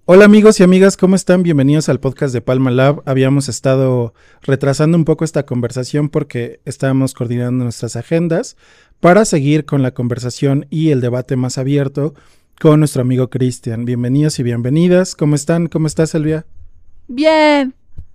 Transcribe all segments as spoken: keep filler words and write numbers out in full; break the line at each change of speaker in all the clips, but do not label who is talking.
Hola amigos y amigas, ¿cómo están? Bienvenidos al podcast de Palma Lab. Habíamos estado retrasando un poco esta conversación porque estábamos coordinando nuestras agendas para seguir con la conversación y el debate más abierto con nuestro amigo Cristian. Bienvenidos y bienvenidas. ¿Cómo están? ¿Cómo estás, Elvia?
Bien,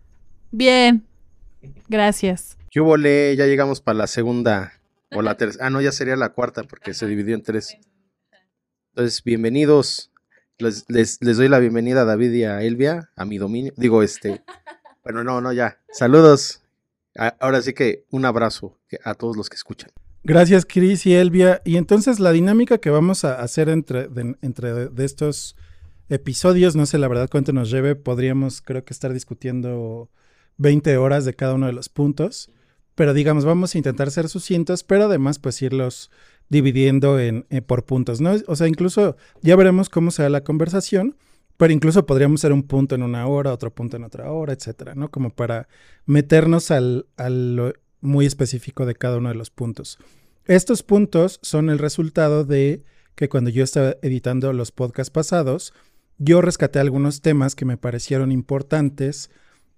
bien, gracias.
¿Qué hubo, le? Ya llegamos para la segunda o la tercera. Ah, no, ya sería la cuarta porque se dividió en tres. Entonces, bienvenidos. Les, les, les doy la bienvenida a David y a Elvia, a mi dominio. Digo, este. Bueno, no, no, ya. Saludos. A, ahora sí que un abrazo a todos los que escuchan.
Gracias, Cris y Elvia. Y entonces la dinámica que vamos a hacer entre, de, entre de estos episodios, no sé la verdad cuánto nos lleve, podríamos creo que estar discutiendo veinte horas de cada uno de los puntos, pero digamos, vamos a intentar ser sucintos, pero además pues irlos dividiendo en, en por puntos, ¿no? O sea, incluso ya veremos cómo será la conversación, pero incluso podríamos hacer un punto en una hora, otro punto en otra hora, etcétera, ¿no? Como para meternos al, al muy específico de cada uno de los puntos. Estos puntos son el resultado de que cuando yo estaba editando los podcasts pasados, yo rescaté algunos temas que me parecieron importantes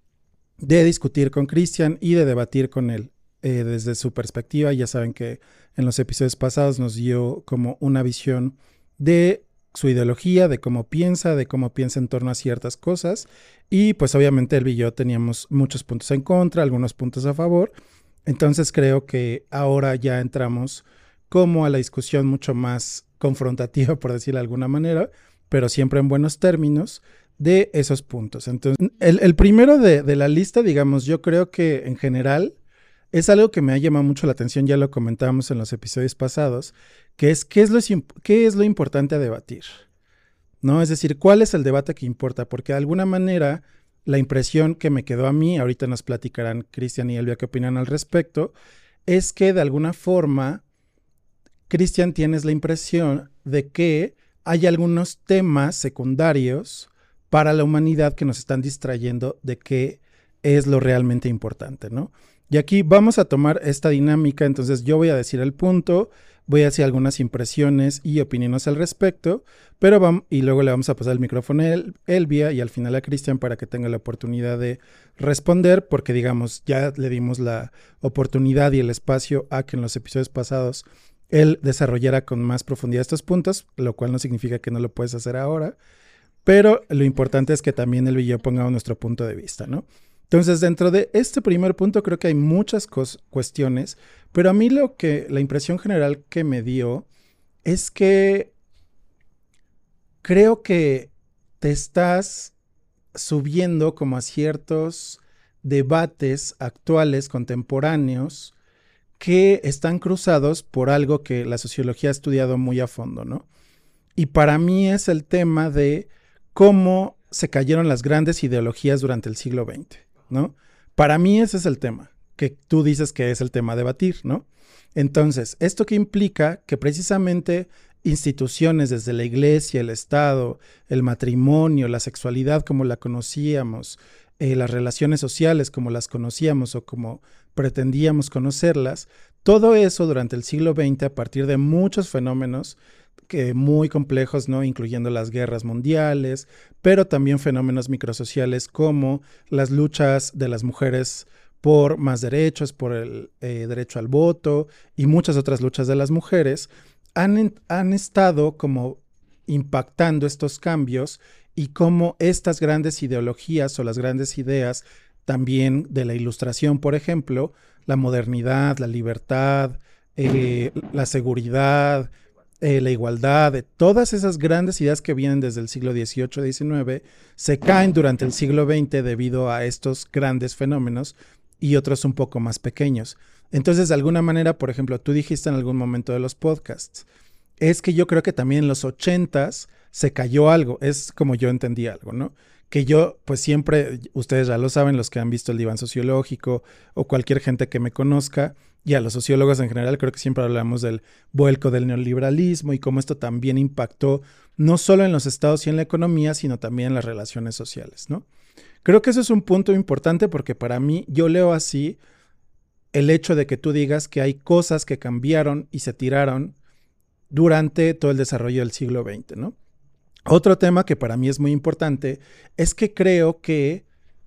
de discutir con Cristian y de debatir con él eh, desde su perspectiva. Ya saben que en los episodios pasados nos dio como una visión de su ideología, de cómo piensa, de cómo piensa en torno a ciertas cosas. Y pues obviamente él y yo teníamos muchos puntos en contra, algunos puntos a favor. Entonces creo que ahora ya entramos como a la discusión mucho más confrontativa, por decirlo de alguna manera, pero siempre en buenos términos, de esos puntos. Entonces, el, el primero de, de la lista, digamos, yo creo que en general es algo que me ha llamado mucho la atención, ya lo comentábamos en los episodios pasados, que es qué es lo, qué es lo importante a debatir, ¿no? Es decir, ¿cuál es el debate que importa? Porque de alguna manera la impresión que me quedó a mí, ahorita nos platicarán Cristian y Elvia qué opinan al respecto, es que de alguna forma, Cristian, tienes la impresión de que hay algunos temas secundarios para la humanidad que nos están distrayendo de qué es lo realmente importante, ¿no? Y aquí vamos a tomar esta dinámica, entonces yo voy a decir el punto, voy a hacer algunas impresiones y opiniones al respecto, pero vamos, y luego le vamos a pasar el micrófono a El, Elvia y al final a Cristian para que tenga la oportunidad de responder, porque digamos, ya le dimos la oportunidad y el espacio a que en los episodios pasados él desarrollara con más profundidad estos puntos, lo cual no significa que no lo puedes hacer ahora. Pero lo importante es que también él y yo pongamos nuestro punto de vista, ¿no? Entonces, dentro de este primer punto creo que hay muchas cuestiones, pero a mí lo que, la impresión general que me dio es que creo que te estás subiendo como a ciertos debates actuales, contemporáneos, que están cruzados por algo que la sociología ha estudiado muy a fondo, ¿no? Y para mí es el tema de cómo se cayeron las grandes ideologías durante el siglo veinte, ¿no? Para mí ese es el tema, que tú dices que es el tema a debatir, ¿no? Entonces, ¿esto qué implica? Que precisamente instituciones desde la iglesia, el Estado, el matrimonio, la sexualidad como la conocíamos, eh, las relaciones sociales como las conocíamos o como pretendíamos conocerlas, todo eso durante el siglo veinte a partir de muchos fenómenos que muy complejos, ¿no? Incluyendo las guerras mundiales, pero también fenómenos microsociales como las luchas de las mujeres por más derechos, por el eh, derecho al voto y muchas otras luchas de las mujeres, han, han estado como impactando estos cambios y cómo estas grandes ideologías o las grandes ideas también de la ilustración, por ejemplo, la modernidad, la libertad, eh, la seguridad, Eh, la igualdad, de todas esas grandes ideas que vienen desde el siglo dieciocho diecinueve, se caen durante el siglo veinte debido a estos grandes fenómenos y otros un poco más pequeños. Entonces, de alguna manera, por ejemplo, tú dijiste en algún momento de los podcasts, es que yo creo que también en los ochentas se cayó algo, es como yo entendí algo, ¿no? Que yo, pues siempre, ustedes ya lo saben, los que han visto el diván sociológico o cualquier gente que me conozca, y a los sociólogos en general, creo que siempre hablamos del vuelco del neoliberalismo y cómo esto también impactó no solo en los estados y en la economía, sino también en las relaciones sociales, ¿no? Creo que eso es un punto importante porque para mí, yo leo así el hecho de que tú digas que hay cosas que cambiaron y se tiraron durante todo el desarrollo del siglo veinte, ¿no? Otro tema que para mí es muy importante es que creo que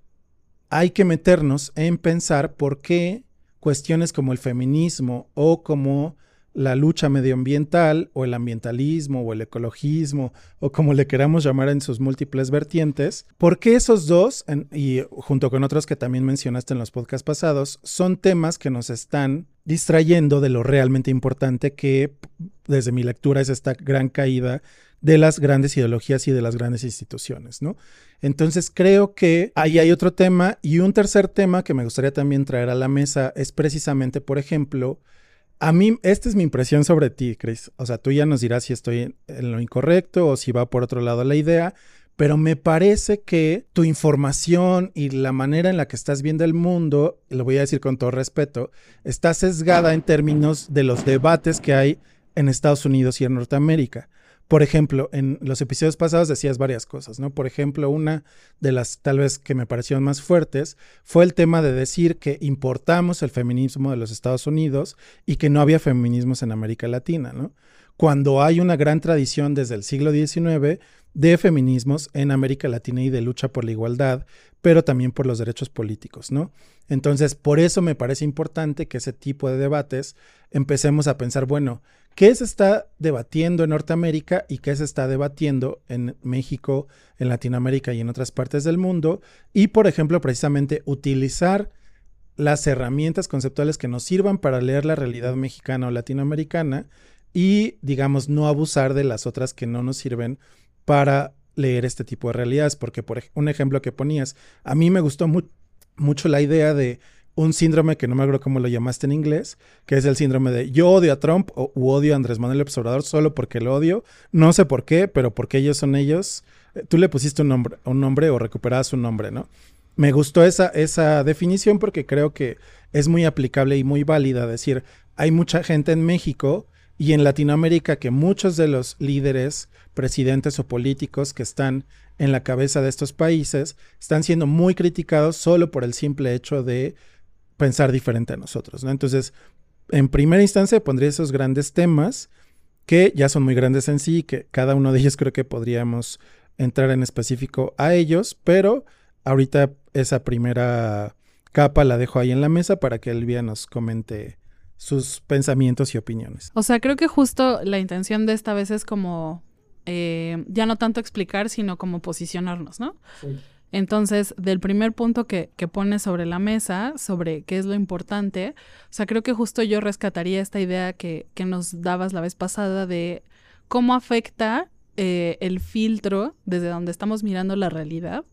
hay que meternos en pensar por qué cuestiones como el feminismo o como la lucha medioambiental o el ambientalismo o el ecologismo o como le queramos llamar en sus múltiples vertientes, por qué esos dos, en, y junto con otros que también mencionaste en los podcasts pasados, son temas que nos están distrayendo de lo realmente importante que desde mi lectura es esta gran caída de las grandes ideologías y de las grandes instituciones, ¿no? Entonces creo que ahí hay otro tema, y un tercer tema que me gustaría también traer a la mesa es precisamente, por ejemplo, a mí, esta es mi impresión sobre ti, Chris. O sea, tú ya nos dirás si estoy en, en lo incorrecto o si va por otro lado la idea, pero me parece que tu información y la manera en la que estás viendo el mundo, y lo voy a decir con todo respeto, está sesgada en términos de los debates que hay en Estados Unidos y en Norteamérica. Por ejemplo, en los episodios pasados decías varias cosas, ¿no? Por ejemplo, una de las tal vez que me parecieron más fuertes fue el tema de decir que importamos el feminismo de los Estados Unidos y que no había feminismos en América Latina, ¿no? Cuando hay una gran tradición desde el siglo diecinueve de feminismos en América Latina y de lucha por la igualdad, pero también por los derechos políticos, ¿no? Entonces, por eso me parece importante que ese tipo de debates empecemos a pensar, bueno, ¿qué se está debatiendo en Norteamérica y qué se está debatiendo en México, en Latinoamérica y en otras partes del mundo? Y, por ejemplo, precisamente utilizar las herramientas conceptuales que nos sirvan para leer la realidad mexicana o latinoamericana y, digamos, no abusar de las otras que no nos sirven para leer este tipo de realidades. Porque, por ej- un ejemplo que ponías, a mí me gustó mu- mucho la idea de un síndrome que no me acuerdo cómo lo llamaste en inglés, que es el síndrome de yo odio a Trump o u odio a Andrés Manuel López Obrador solo porque lo odio, no sé por qué, pero porque ellos son ellos. Eh, Tú le pusiste un nombre, un nombre o recuperabas un nombre, ¿no? Me gustó esa, esa definición porque creo que es muy aplicable y muy válida. Decir, hay mucha gente en México y en Latinoamérica que muchos de los líderes, presidentes o políticos que están en la cabeza de estos países están siendo muy criticados solo por el simple hecho de pensar diferente a nosotros, ¿no? Entonces, en primera instancia pondría esos grandes temas que ya son muy grandes en sí, que cada uno de ellos creo que podríamos entrar en específico a ellos, pero ahorita esa primera capa la dejo ahí en la mesa para que Elvia nos comente sus pensamientos y opiniones.
O sea, creo que justo la intención de esta vez es como eh, ya no tanto explicar, sino como posicionarnos, ¿no? Sí. Entonces, del primer punto que, que pones sobre la mesa, sobre qué es lo importante, o sea, creo que justo yo rescataría esta idea que, que nos dabas la vez pasada de cómo afecta eh, el filtro desde donde estamos mirando la realidad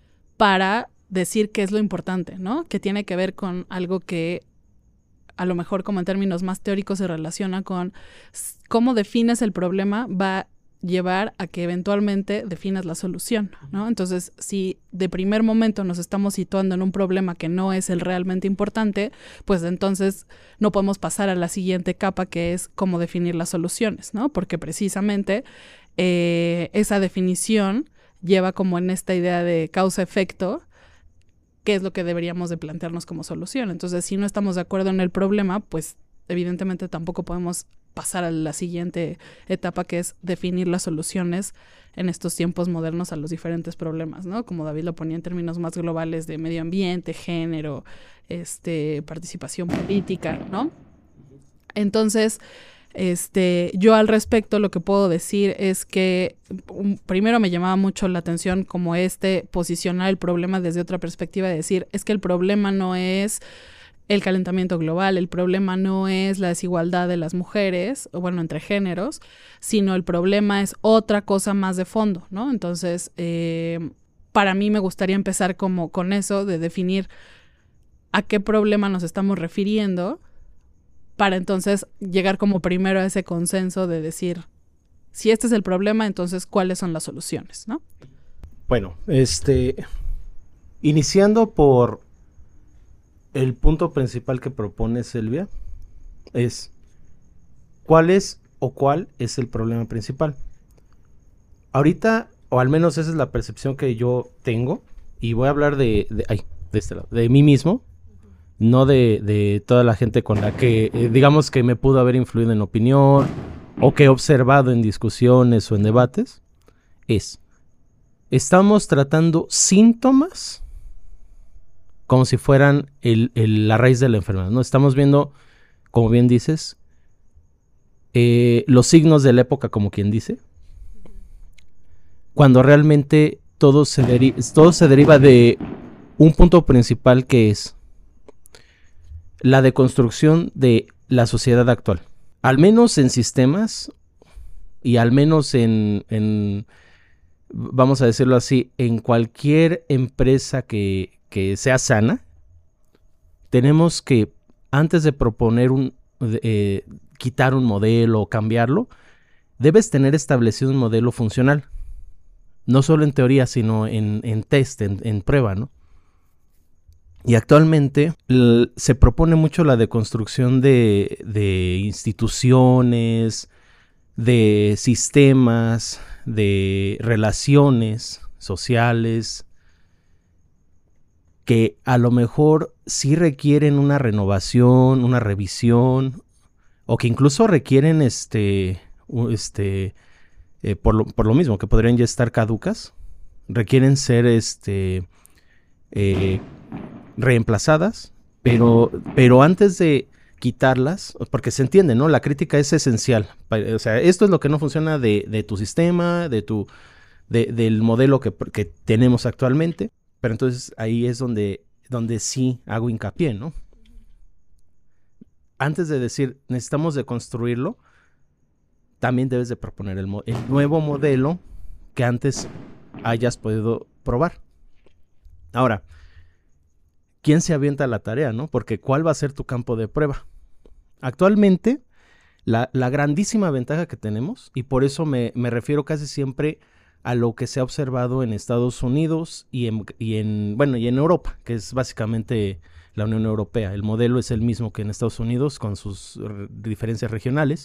para decir qué es lo importante, ¿no? Que tiene que ver con algo que a lo mejor como en términos más teóricos se relaciona con cómo defines el problema va llevar a que eventualmente definas la solución, ¿no? Entonces, si de primer momento nos estamos situando en un problema que no es el realmente importante, pues entonces no podemos pasar a la siguiente capa, que es cómo definir las soluciones, ¿no? Porque precisamente eh, esa definición lleva como en esta idea de causa-efecto, qué es lo que deberíamos de plantearnos como solución. Entonces, si no estamos de acuerdo en el problema, pues evidentemente tampoco podemos pasar a la siguiente etapa, que es definir las soluciones en estos tiempos modernos a los diferentes problemas, ¿no? Como David lo ponía en términos más globales de medio ambiente, género, este, participación política, ¿no? Entonces, este, yo al respecto lo que puedo decir es que um, primero me llamaba mucho la atención como este posicionar el problema desde otra perspectiva, de decir, es que el problema no es el calentamiento global, el problema no es la desigualdad de las mujeres, o bueno, entre géneros, sino el problema es otra cosa más de fondo, ¿no? Entonces, eh, para mí me gustaría empezar como con eso, de definir a qué problema nos estamos refiriendo, para entonces llegar como primero a ese consenso de decir, si este es el problema, entonces, ¿cuáles son las soluciones, no?
Bueno, este, iniciando por el punto principal que propone Silvia, es ¿cuál es o cuál es el problema principal? Ahorita, o al menos esa es la percepción que yo tengo, y voy a hablar de, de, ay, de este lado, de mí mismo, no de, de toda la gente con la que, eh, digamos que me pudo haber influido en opinión, o que he observado en discusiones o en debates, es, estamos tratando síntomas como si fueran el, el, la raíz de la enfermedad, ¿no? Estamos viendo, como bien dices, eh, los signos de la época, como quien dice, cuando realmente todo se, deri- todo se deriva de un punto principal, que es la deconstrucción de la sociedad actual. Al menos en sistemas y al menos en, en vamos a decirlo así, en cualquier empresa que, que sea sana, tenemos que, antes de proponer un, eh, quitar un modelo o cambiarlo, debes tener establecido un modelo funcional. No solo en teoría, sino en, en test, en, en prueba, ¿no? Y actualmente l- se propone mucho la deconstrucción de, de instituciones, de sistemas, de relaciones sociales, que a lo mejor sí requieren una renovación, una revisión, o que incluso requieren este, u- este eh, por, lo, por lo mismo, que podrían ya estar caducas, requieren ser este, eh, reemplazadas, pero, pero antes de quitarlas, porque se entiende, ¿no? La crítica es esencial. O sea, esto es lo que no funciona de, de tu sistema, de tu, de, del modelo que, que tenemos actualmente, pero entonces ahí es donde, donde sí hago hincapié, ¿no? Antes de decir, necesitamos de construirlo, también debes de proponer el, mo- el nuevo modelo que antes hayas podido probar. Ahora, ¿quién se avienta a la tarea, no? Porque ¿cuál va a ser tu campo de prueba? Actualmente, la, la grandísima ventaja que tenemos, y por eso me, me refiero casi siempre a lo que se ha observado en Estados Unidos y en, y en, bueno, y en Europa, que es básicamente la Unión Europea. El modelo es el mismo que en Estados Unidos, con sus r- diferencias regionales.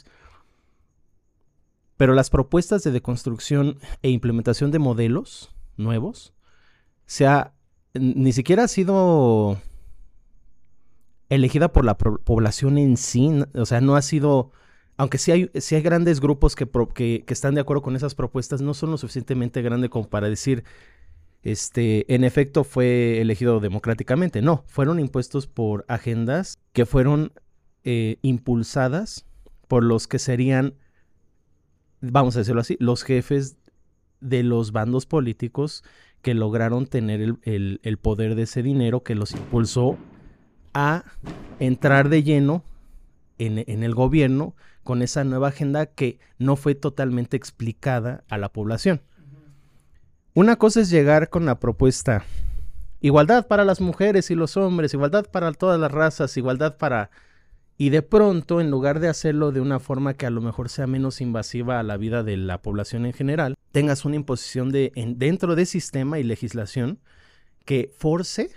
Pero las propuestas de deconstrucción e implementación de modelos nuevos, se ha, ni siquiera ha sido elegida por la pro- población en sí, o sea, no ha sido, aunque sí hay, sí hay grandes grupos que, pro, que, que están de acuerdo con esas propuestas, no son lo suficientemente grandes como para decir, este, en efecto fue elegido democráticamente. No, fueron impuestos por agendas que fueron eh, impulsadas por los que serían, vamos a decirlo así, los jefes de los bandos políticos que lograron tener el, el, el poder de ese dinero, que los impulsó a entrar de lleno en, en el gobierno con esa nueva agenda que no fue totalmente explicada a la población. Una cosa es llegar con la propuesta igualdad para las mujeres y los hombres, igualdad para todas las razas, igualdad para... Y de pronto, en lugar de hacerlo de una forma que a lo mejor sea menos invasiva a la vida de la población en general, tengas una imposición de, en, dentro de sistema y legislación que force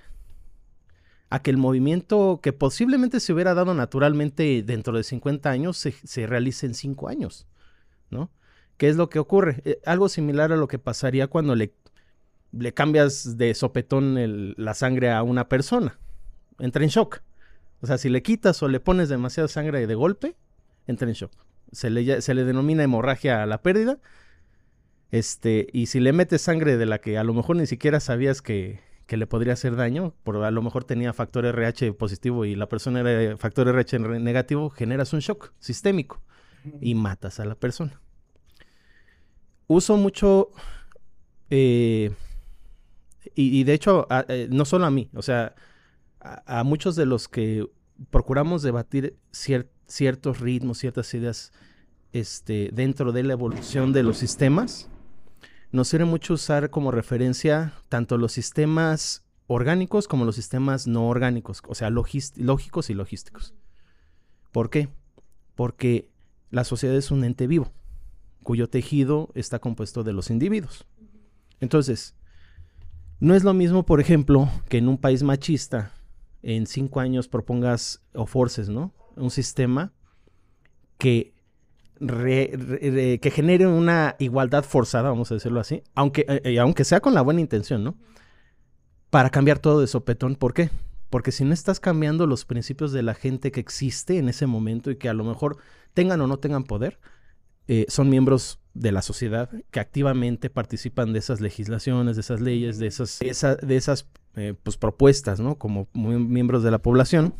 a que el movimiento que posiblemente se hubiera dado naturalmente dentro de cincuenta años se, se realice en cinco años, ¿no? ¿Qué es lo que ocurre? Eh, algo similar a lo que pasaría cuando le, le cambias de sopetón el, la sangre a una persona. Entra en shock. O sea, si le quitas o le pones demasiada sangre de golpe, entra en shock. Se le, se le denomina hemorragia a la pérdida. Este, y si le metes sangre de la que a lo mejor ni siquiera sabías que, que le podría hacer daño, por a lo mejor tenía factor R H positivo y la persona era factor R H negativo, generas un shock sistémico y matas a la persona. Uso mucho, eh, y, y de hecho, a, eh, no solo a mí, o sea, a, a muchos de los que procuramos debatir cier, ciertos ritmos, ciertas ideas este, dentro de la evolución de los sistemas, nos sirve mucho usar como referencia tanto los sistemas orgánicos como los sistemas no orgánicos, o sea, lógicos y logísticos. ¿Por qué? Porque la sociedad es un ente vivo, cuyo tejido está compuesto de los individuos. Entonces, no es lo mismo, por ejemplo, que en un país machista, en cinco años propongas o forces, ¿no? Un sistema que, re, re, que genere una igualdad forzada, vamos a decirlo así, aunque, eh, aunque sea con la buena intención, ¿no? Para cambiar todo de sopetón. ¿Por qué? Porque si no estás cambiando los principios de la gente que existe en ese momento y que a lo mejor tengan o no tengan poder, eh, son miembros
de la sociedad que activamente participan de esas legislaciones, de esas leyes, de esas, de esa, de esas eh, pues, propuestas, ¿no? Como miembros de la población.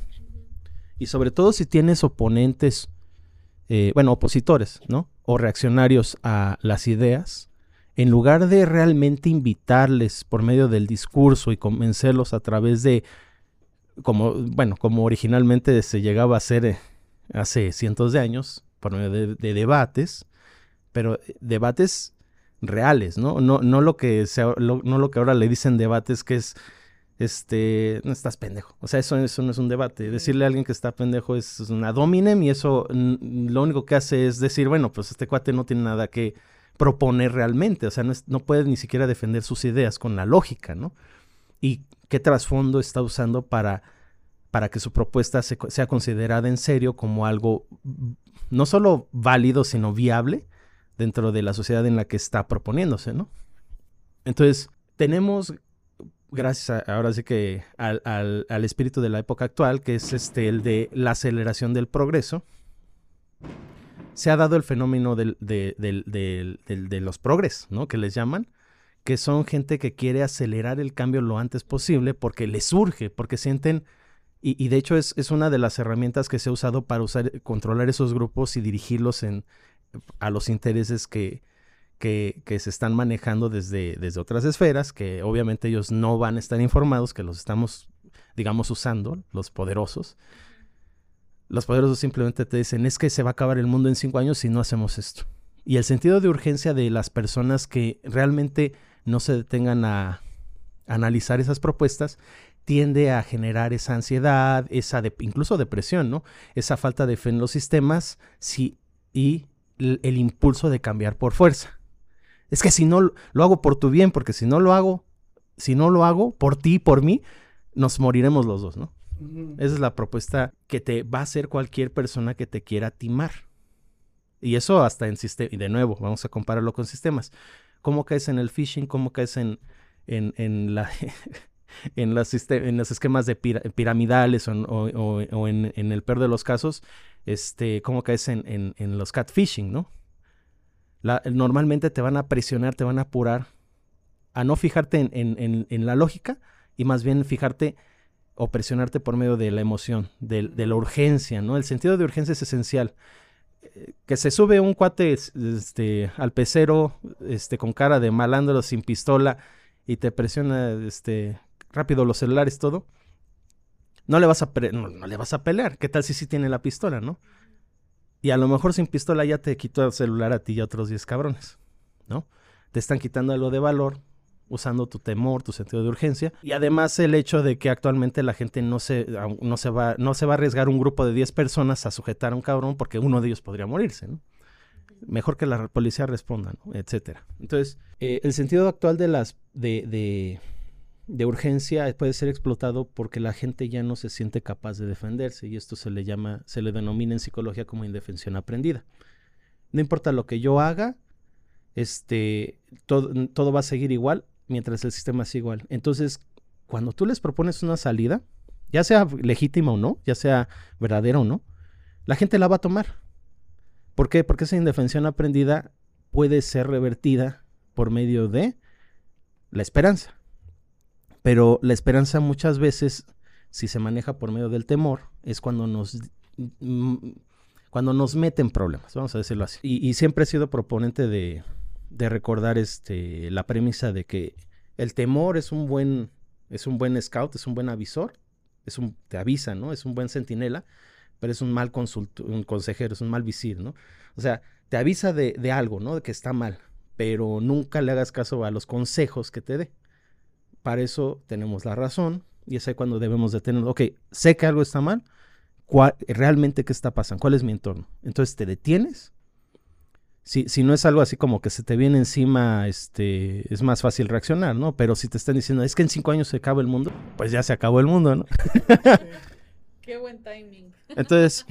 Y sobre todo si tienes oponentes, eh, bueno, opositores, ¿no? O reaccionarios a las ideas, en lugar de realmente invitarles por medio del discurso y convencerlos a través de, como, bueno, como originalmente se llegaba a hacer eh, hace cientos de años, por medio de, de debates, pero debates reales, ¿no? No, no lo que sea, lo, no lo que ahora le dicen debates, que es, este, no estás pendejo. O sea, eso, eso no es un debate. Decirle a alguien que está pendejo es una ad hominem, y eso n- lo único que hace es decir, bueno, pues este cuate no tiene nada que proponer realmente. O sea, no, es, no puede ni siquiera defender sus ideas con la lógica, ¿no? Y qué trasfondo está usando para, para que su propuesta se, sea considerada en serio como algo no solo válido, sino viable dentro de la sociedad en la que está proponiéndose, ¿no? Entonces, tenemos, gracias a, ahora sí que al, al, al espíritu de la época actual, que es este el de la aceleración del progreso, se ha dado el fenómeno del, de, del, del, del, de los progres, ¿no? Que les llaman, que son gente que quiere acelerar el cambio lo antes posible porque les surge, porque sienten, y, y de hecho es, es una de las herramientas que se ha usado para usar, controlar esos grupos y dirigirlos en a los intereses que, que, que se están manejando desde, desde otras esferas, que obviamente ellos no van a estar informados, que los estamos, digamos, usando, los poderosos. Los poderosos simplemente te dicen, es que se va a acabar el mundo en cinco años si no hacemos esto. Y el sentido de urgencia de las personas que realmente no se detengan a, a analizar esas propuestas tiende a generar esa ansiedad, esa de, incluso depresión, ¿no? Esa falta de fe en los sistemas sí, y el impulso de cambiar por fuerza. Es que si no lo hago por tu bien, porque si no lo hago, si no lo hago por ti y por mí, nos moriremos los dos, ¿no? Uh-huh. Esa es la propuesta que te va a hacer cualquier persona que te quiera timar. Y eso hasta en sistemas, y de nuevo, vamos a compararlo con sistemas. ¿Cómo caes en el phishing? ¿Cómo caes en, en, en la... En, las sistem- en los esquemas de pir- piramidales o, o, o, o en, en el peor de los casos, este, cómo caes en, en, en los catfishing, ¿no? La, normalmente te van a presionar, te van a apurar a no fijarte en, en, en, en la lógica y más bien fijarte o presionarte por medio de la emoción, de, de la urgencia, ¿no? El sentido de urgencia es esencial. Eh, que se sube un cuate este, al pecero este, con cara de malandro sin pistola y te presiona este, rápido los celulares, todo, no le vas a pre- no, no le vas a pelear. ¿Qué tal si sí tiene la pistola, no? Y a lo mejor sin pistola ya te quitó el celular a ti y a otros diez cabrones, ¿no? Te están quitando algo de valor, usando tu temor, tu sentido de urgencia. Y además el hecho de que actualmente la gente no se, no se, va, no se va a arriesgar un grupo de diez personas a sujetar a un cabrón porque uno de ellos podría morirse, ¿no? Mejor que la policía responda, ¿no? Etcétera. Entonces, eh, el sentido actual de las de, de, de urgencia puede ser explotado porque la gente ya no se siente capaz de defenderse, y esto se le llama, se le denomina en psicología como indefensión aprendida. No importa lo que yo haga, este, todo, todo va a seguir igual mientras el sistema siga igual. Entonces, cuando tú les propones una salida, ya sea legítima o no, ya sea verdadera o no, la gente la va a tomar. ¿Por qué? Porque esa indefensión aprendida puede ser revertida por medio de la esperanza. Pero la esperanza muchas veces, si se maneja por medio del temor, es cuando nos, cuando nos meten problemas, vamos a decirlo así. Y, y siempre he sido proponente de, de recordar este, la premisa de que el temor es un buen, es un buen scout, es un buen avisor, es un, te avisa, ¿no? Es un buen centinela, pero es un mal consult- un consejero, es un mal visir, ¿no? O sea, te avisa de, de algo, ¿no? De que está mal, pero nunca le hagas caso a los consejos que te dé. Para eso tenemos la razón, y es ahí cuando debemos de tener, ok, sé que algo está mal, ¿cuál, realmente qué está pasando? ¿Cuál es mi entorno? Entonces te detienes. Si, si no es algo así como que se te viene encima, este, es más fácil reaccionar, ¿no? Pero si te están diciendo, es que en cinco años se acaba el mundo, pues ya se acabó el mundo, ¿no?
Qué buen timing.
Entonces,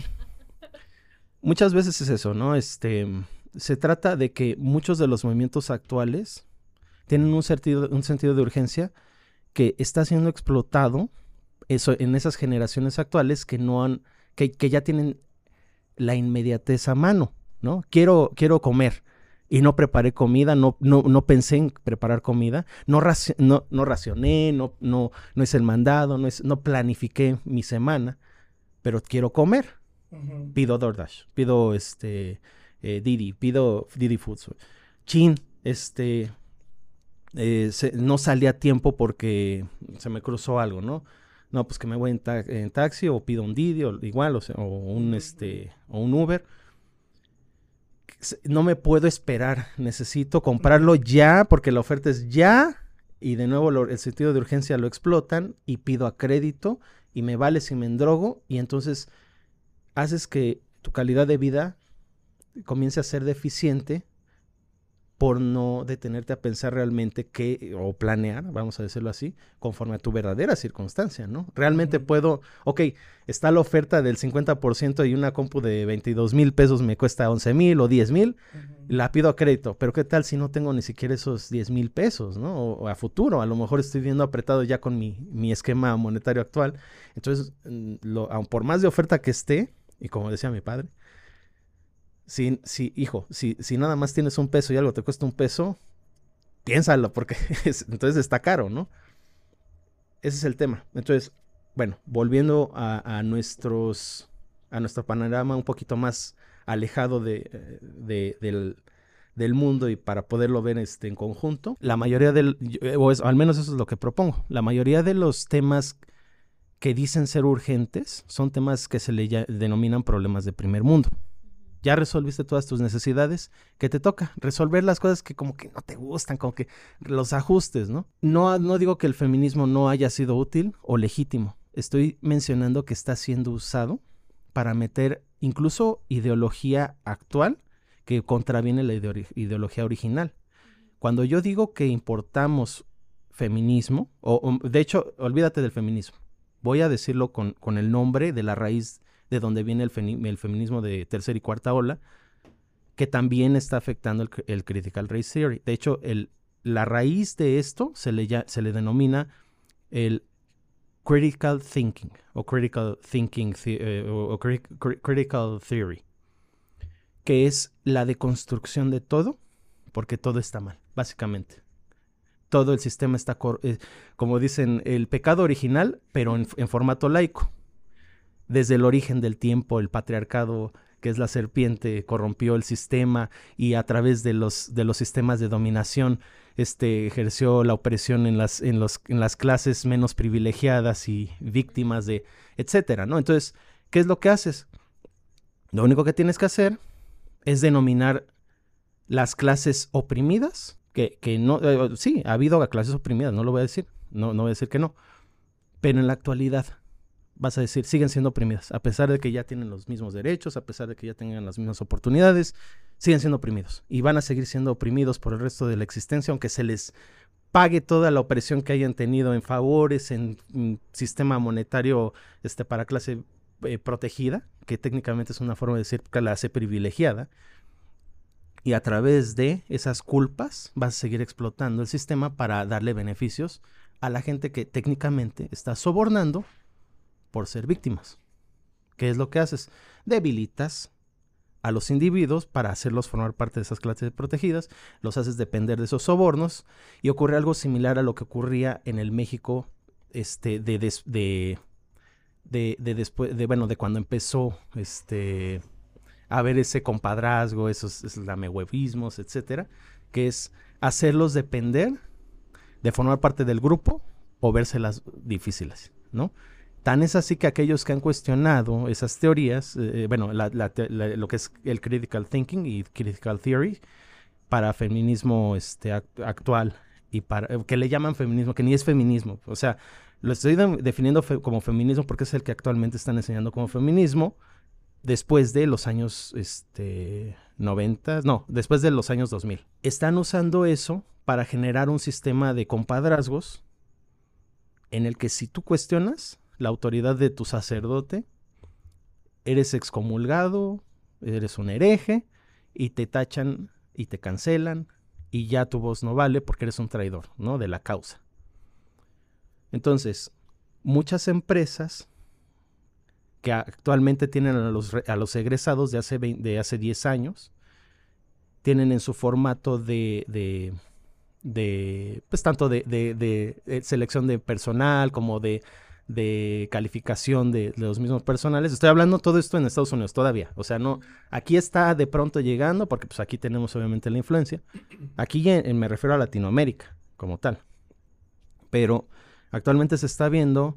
muchas veces es eso, ¿no? Este, se trata de que muchos de los movimientos actuales tienen un sentido, un sentido de urgencia que está siendo explotado eso, en esas generaciones actuales que no han, que, que ya tienen la inmediatez a mano, ¿no? Quiero, quiero comer, y no preparé comida, no, no, no pensé en preparar comida, no, raci- no, no racioné, no, no, no hice el mandado, no, hice, no planifiqué mi semana, pero quiero comer. Uh-huh. Pido DoorDash, pido este, eh, Didi, pido Didi Foods. Chin, este, eh, se, no salí a tiempo porque se me cruzó algo, ¿no? No, pues que me voy en, ta- en taxi o pido un Didi o igual, o, sea, o, un, este, o un Uber. No me puedo esperar, necesito comprarlo ya porque la oferta es ya y de nuevo lo, el sentido de urgencia lo explotan y pido a crédito y me vale si me endrogo y entonces haces que tu calidad de vida comience a ser deficiente por no detenerte a pensar realmente qué, o planear, vamos a decirlo así, conforme a tu verdadera circunstancia, ¿no? Realmente uh-huh. puedo, ok, está la oferta del cincuenta por ciento y una compu de veintidós mil pesos me cuesta once mil o diez mil, uh-huh. la pido a crédito, pero ¿qué tal si no tengo ni siquiera esos diez mil pesos, ¿no? O, o a futuro, a lo mejor estoy viendo apretado ya con mi, mi esquema monetario actual, entonces, lo, por más de oferta que esté, y como decía mi padre, Si, si, hijo, si, si nada más tienes un peso y algo te cuesta un peso, piénsalo, porque es, entonces está caro, ¿no? Ese es el tema. Entonces, bueno, volviendo a, a nuestros, a nuestro panorama un poquito más alejado de, de, del, del mundo y para poderlo ver este, en conjunto, la mayoría del, o es, al menos eso es lo que propongo, la mayoría de los temas que dicen ser urgentes son temas que se le ya, denominan problemas de primer mundo. Ya resolviste todas tus necesidades, ¿qué te toca? Resolver las cosas que como que no te gustan, como que los ajustes, ¿no? No, no digo que el feminismo no haya sido útil o legítimo. Estoy mencionando que está siendo usado para meter incluso ideología actual que contraviene la ide- ideología original. Cuando yo digo que importamos feminismo, o, o de hecho, olvídate del feminismo. Voy a decirlo con, con el nombre de la raíz de donde viene el, femi- el feminismo de tercera y cuarta ola, que también está afectando el, el Critical Race Theory. De hecho, el, la raíz de esto se le, ya, se le denomina el Critical Thinking, o Critical Thinking, the, uh, o, o cri- cri- Critical Theory, que es la deconstrucción de todo, porque todo está mal, básicamente. Todo el sistema está, cor- eh, como dicen, el pecado original, pero en, en formato laico. Desde el origen del tiempo, el patriarcado, que es la serpiente, corrompió el sistema y a través de los, de los sistemas de dominación este, ejerció la opresión en las, en, los, en las clases menos privilegiadas y víctimas de, etcétera, ¿no? Entonces, ¿qué es lo que haces? Lo único que tienes que hacer es denominar las clases oprimidas, que, que no, eh, sí, ha habido clases oprimidas, no lo voy a decir, no, no voy a decir que no, pero en la actualidad vas a decir, siguen siendo oprimidas, a pesar de que ya tienen los mismos derechos, a pesar de que ya tengan las mismas oportunidades, siguen siendo oprimidos y van a seguir siendo oprimidos por el resto de la existencia, aunque se les pague toda la opresión que hayan tenido en favores, en, en sistema monetario este, para clase eh, protegida, que técnicamente es una forma de decir clase privilegiada, y a través de esas culpas vas a seguir explotando el sistema para darle beneficios a la gente que técnicamente está sobornando por ser víctimas. ¿Qué es lo que haces? Debilitas a los individuos para hacerlos formar parte de esas clases protegidas, los haces depender de esos sobornos y ocurre algo similar a lo que ocurría en el México este, de, des, de, de, de después, de, bueno, de cuando empezó este, a ver ese compadrazgo, esos, esos lamehuevismos, etcétera, que es hacerlos depender de formar parte del grupo o vérselas difíciles, ¿no? Tan es así que aquellos que han cuestionado esas teorías, eh, bueno, la, la, la, lo que es el critical thinking y critical theory para feminismo este, act- actual y para eh, que le llaman feminismo, que ni es feminismo, o sea, lo estoy de, definiendo fe, como feminismo porque es el que actualmente están enseñando como feminismo después de los años este, noventa, no, después de los años dos mil. Están usando eso para generar un sistema de compadrazgos en el que si tú cuestionas la autoridad de tu sacerdote, eres excomulgado, eres un hereje, y te tachan y te cancelan, y ya tu voz no vale porque eres un traidor, ¿no? De la causa. Entonces, muchas empresas que actualmente tienen a los, a los egresados de hace, veinte, de hace diez años, tienen en su formato de, de, de pues tanto de, de, de, de selección de personal como de, de calificación de, de los mismos personales. Estoy hablando todo esto en Estados Unidos todavía. O sea, no, aquí está de pronto llegando, porque pues aquí tenemos obviamente la influencia. Aquí en, me refiero a Latinoamérica como tal. Pero actualmente se está viendo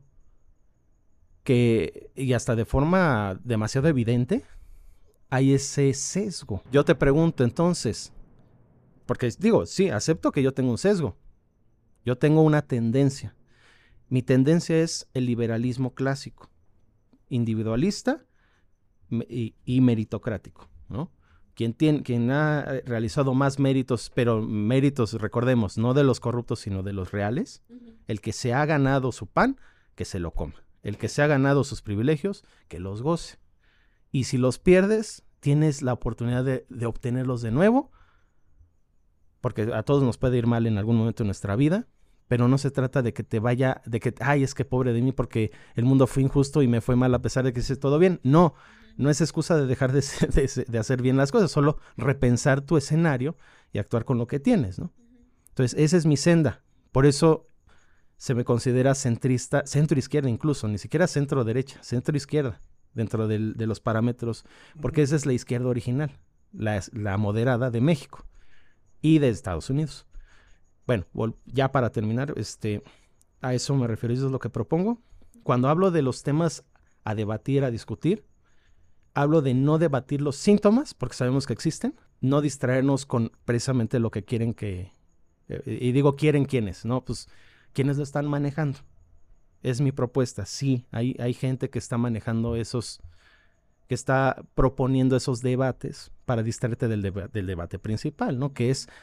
que, y hasta de forma demasiado evidente, hay ese sesgo. Yo te pregunto entonces, porque digo, sí, acepto que yo tengo un sesgo. Yo tengo una tendencia. Mi tendencia es el liberalismo clásico, individualista y, y meritocrático, ¿no? Quien, tiene, quien ha realizado más méritos, pero méritos, recordemos, no de los corruptos, sino de los reales, uh-huh. El que se ha ganado su pan, que se lo coma. El que se ha ganado sus privilegios, que los goce. Y si los pierdes, tienes la oportunidad de, de obtenerlos de nuevo, porque a todos nos puede ir mal en algún momento de nuestra vida, pero no se trata de que te vaya, de que, ay, es que pobre de mí porque el mundo fue injusto y me fue mal a pesar de que hice todo bien. No, no es excusa de dejar de, de, de hacer bien las cosas, solo repensar tu escenario y actuar con lo que tienes, ¿no? Entonces, esa es mi senda. Por eso se me considera centrista, centro-izquierda incluso, ni siquiera centro-derecha, centro-izquierda, dentro del, de los parámetros, porque esa es la izquierda original, la, la moderada de México y de Estados Unidos. Bueno, ya para terminar, este, a eso me refiero, eso es lo que propongo. Cuando hablo de los temas a debatir, a discutir, hablo de no debatir los síntomas, porque sabemos que existen, no distraernos con precisamente lo que quieren que, eh, y digo quieren quiénes, ¿no? Pues quienes lo están manejando. Es mi propuesta, sí, hay, hay gente que está manejando esos, que está proponiendo esos debates para distraerte del, deba- del debate principal, ¿no? Que es,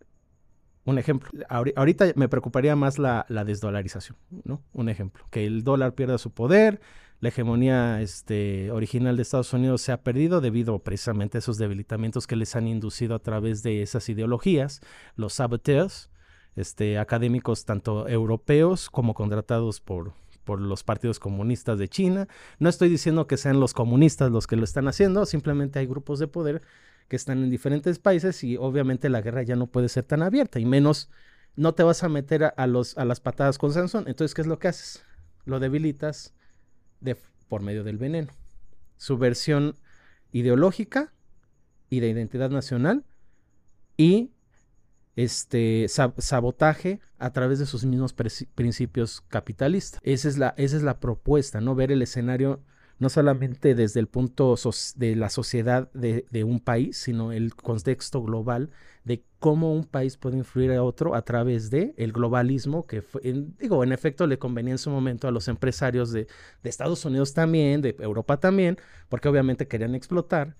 un ejemplo, ahorita me preocuparía más la, la desdolarización, ¿no? Un ejemplo, que el dólar pierda su poder, la hegemonía este, original de Estados Unidos se ha perdido debido precisamente a esos debilitamientos que les han inducido a través de esas ideologías, los saboteurs, este, académicos tanto europeos como contratados por, por los partidos comunistas de China. No estoy diciendo que sean los comunistas los que lo están haciendo, simplemente hay grupos de poder que están en diferentes países y obviamente la guerra ya no puede ser tan abierta y menos no te vas a meter a, a, los, a las patadas con Sansón. Entonces, ¿qué es lo que haces? Lo debilitas de, por medio del veneno. Su versión ideológica y de identidad nacional y este sab- sabotaje a través de sus mismos pre- principios capitalistas. Esa es la, esa es la propuesta, ¿no? Ver el escenario no solamente desde el punto so- de la sociedad de, de un país, sino el contexto global de cómo un país puede influir a otro a través de el globalismo que fue, en, digo, en efecto le convenía en su momento a los empresarios de, de Estados Unidos también, de Europa también, porque obviamente querían explotar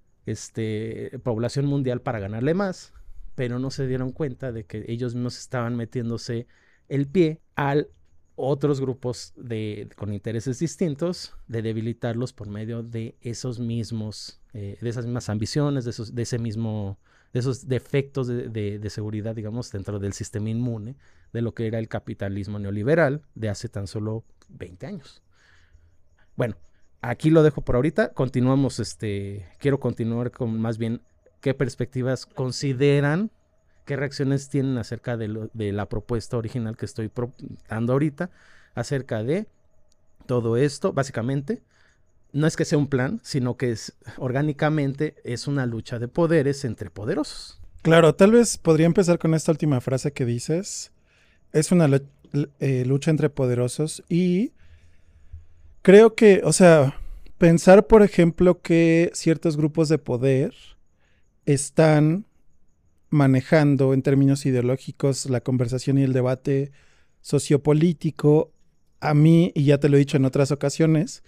este, población mundial para ganarle más, pero no se dieron cuenta de que ellos mismos estaban metiéndose el pie al otros grupos de, con intereses distintos, de debilitarlos por medio de esos mismos, eh, de esas mismas ambiciones, de, esos, de ese mismo, de esos defectos de, de, de seguridad, digamos, dentro del sistema inmune, de lo que era el capitalismo neoliberal de hace tan solo veinte años. Bueno, aquí lo dejo por ahorita, continuamos, este, quiero continuar con más bien qué perspectivas consideran, qué reacciones tienen acerca de, lo, de la propuesta original que estoy pro, dando ahorita, acerca de todo esto. Básicamente, no es que sea un plan, sino que es orgánicamente es una lucha de poderes entre poderosos.
Claro, tal vez podría empezar con esta última frase que dices. Es una l- eh, lucha entre poderosos y creo que, o sea, pensar, por ejemplo, que ciertos grupos de poder están manejando en términos ideológicos la conversación y el debate sociopolítico, a mí, y ya te lo he dicho en otras ocasiones,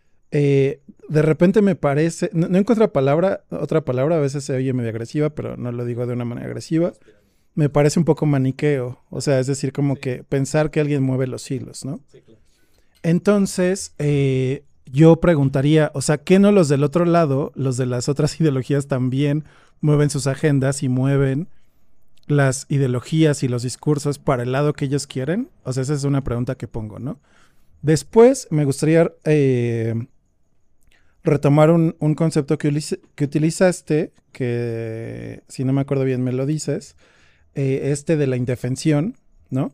eh, de repente me parece, no, no encuentro palabra, otra palabra, a veces se oye medio agresiva, pero no lo digo de una manera agresiva, me parece un poco maniqueo, o sea, es decir, como sí. que pensar que alguien mueve los hilos, ¿no? Sí, claro. Entonces, eh, yo preguntaría, o sea, ¿qué no los del otro lado, los de las otras ideologías también mueven sus agendas y mueven las ideologías y los discursos para el lado que ellos quieren? O sea, esa es una pregunta que pongo, ¿no? Después me gustaría eh, retomar un, un concepto que, que utilizaste, que si no me acuerdo bien me lo dices, eh, este de la indefensión, ¿no?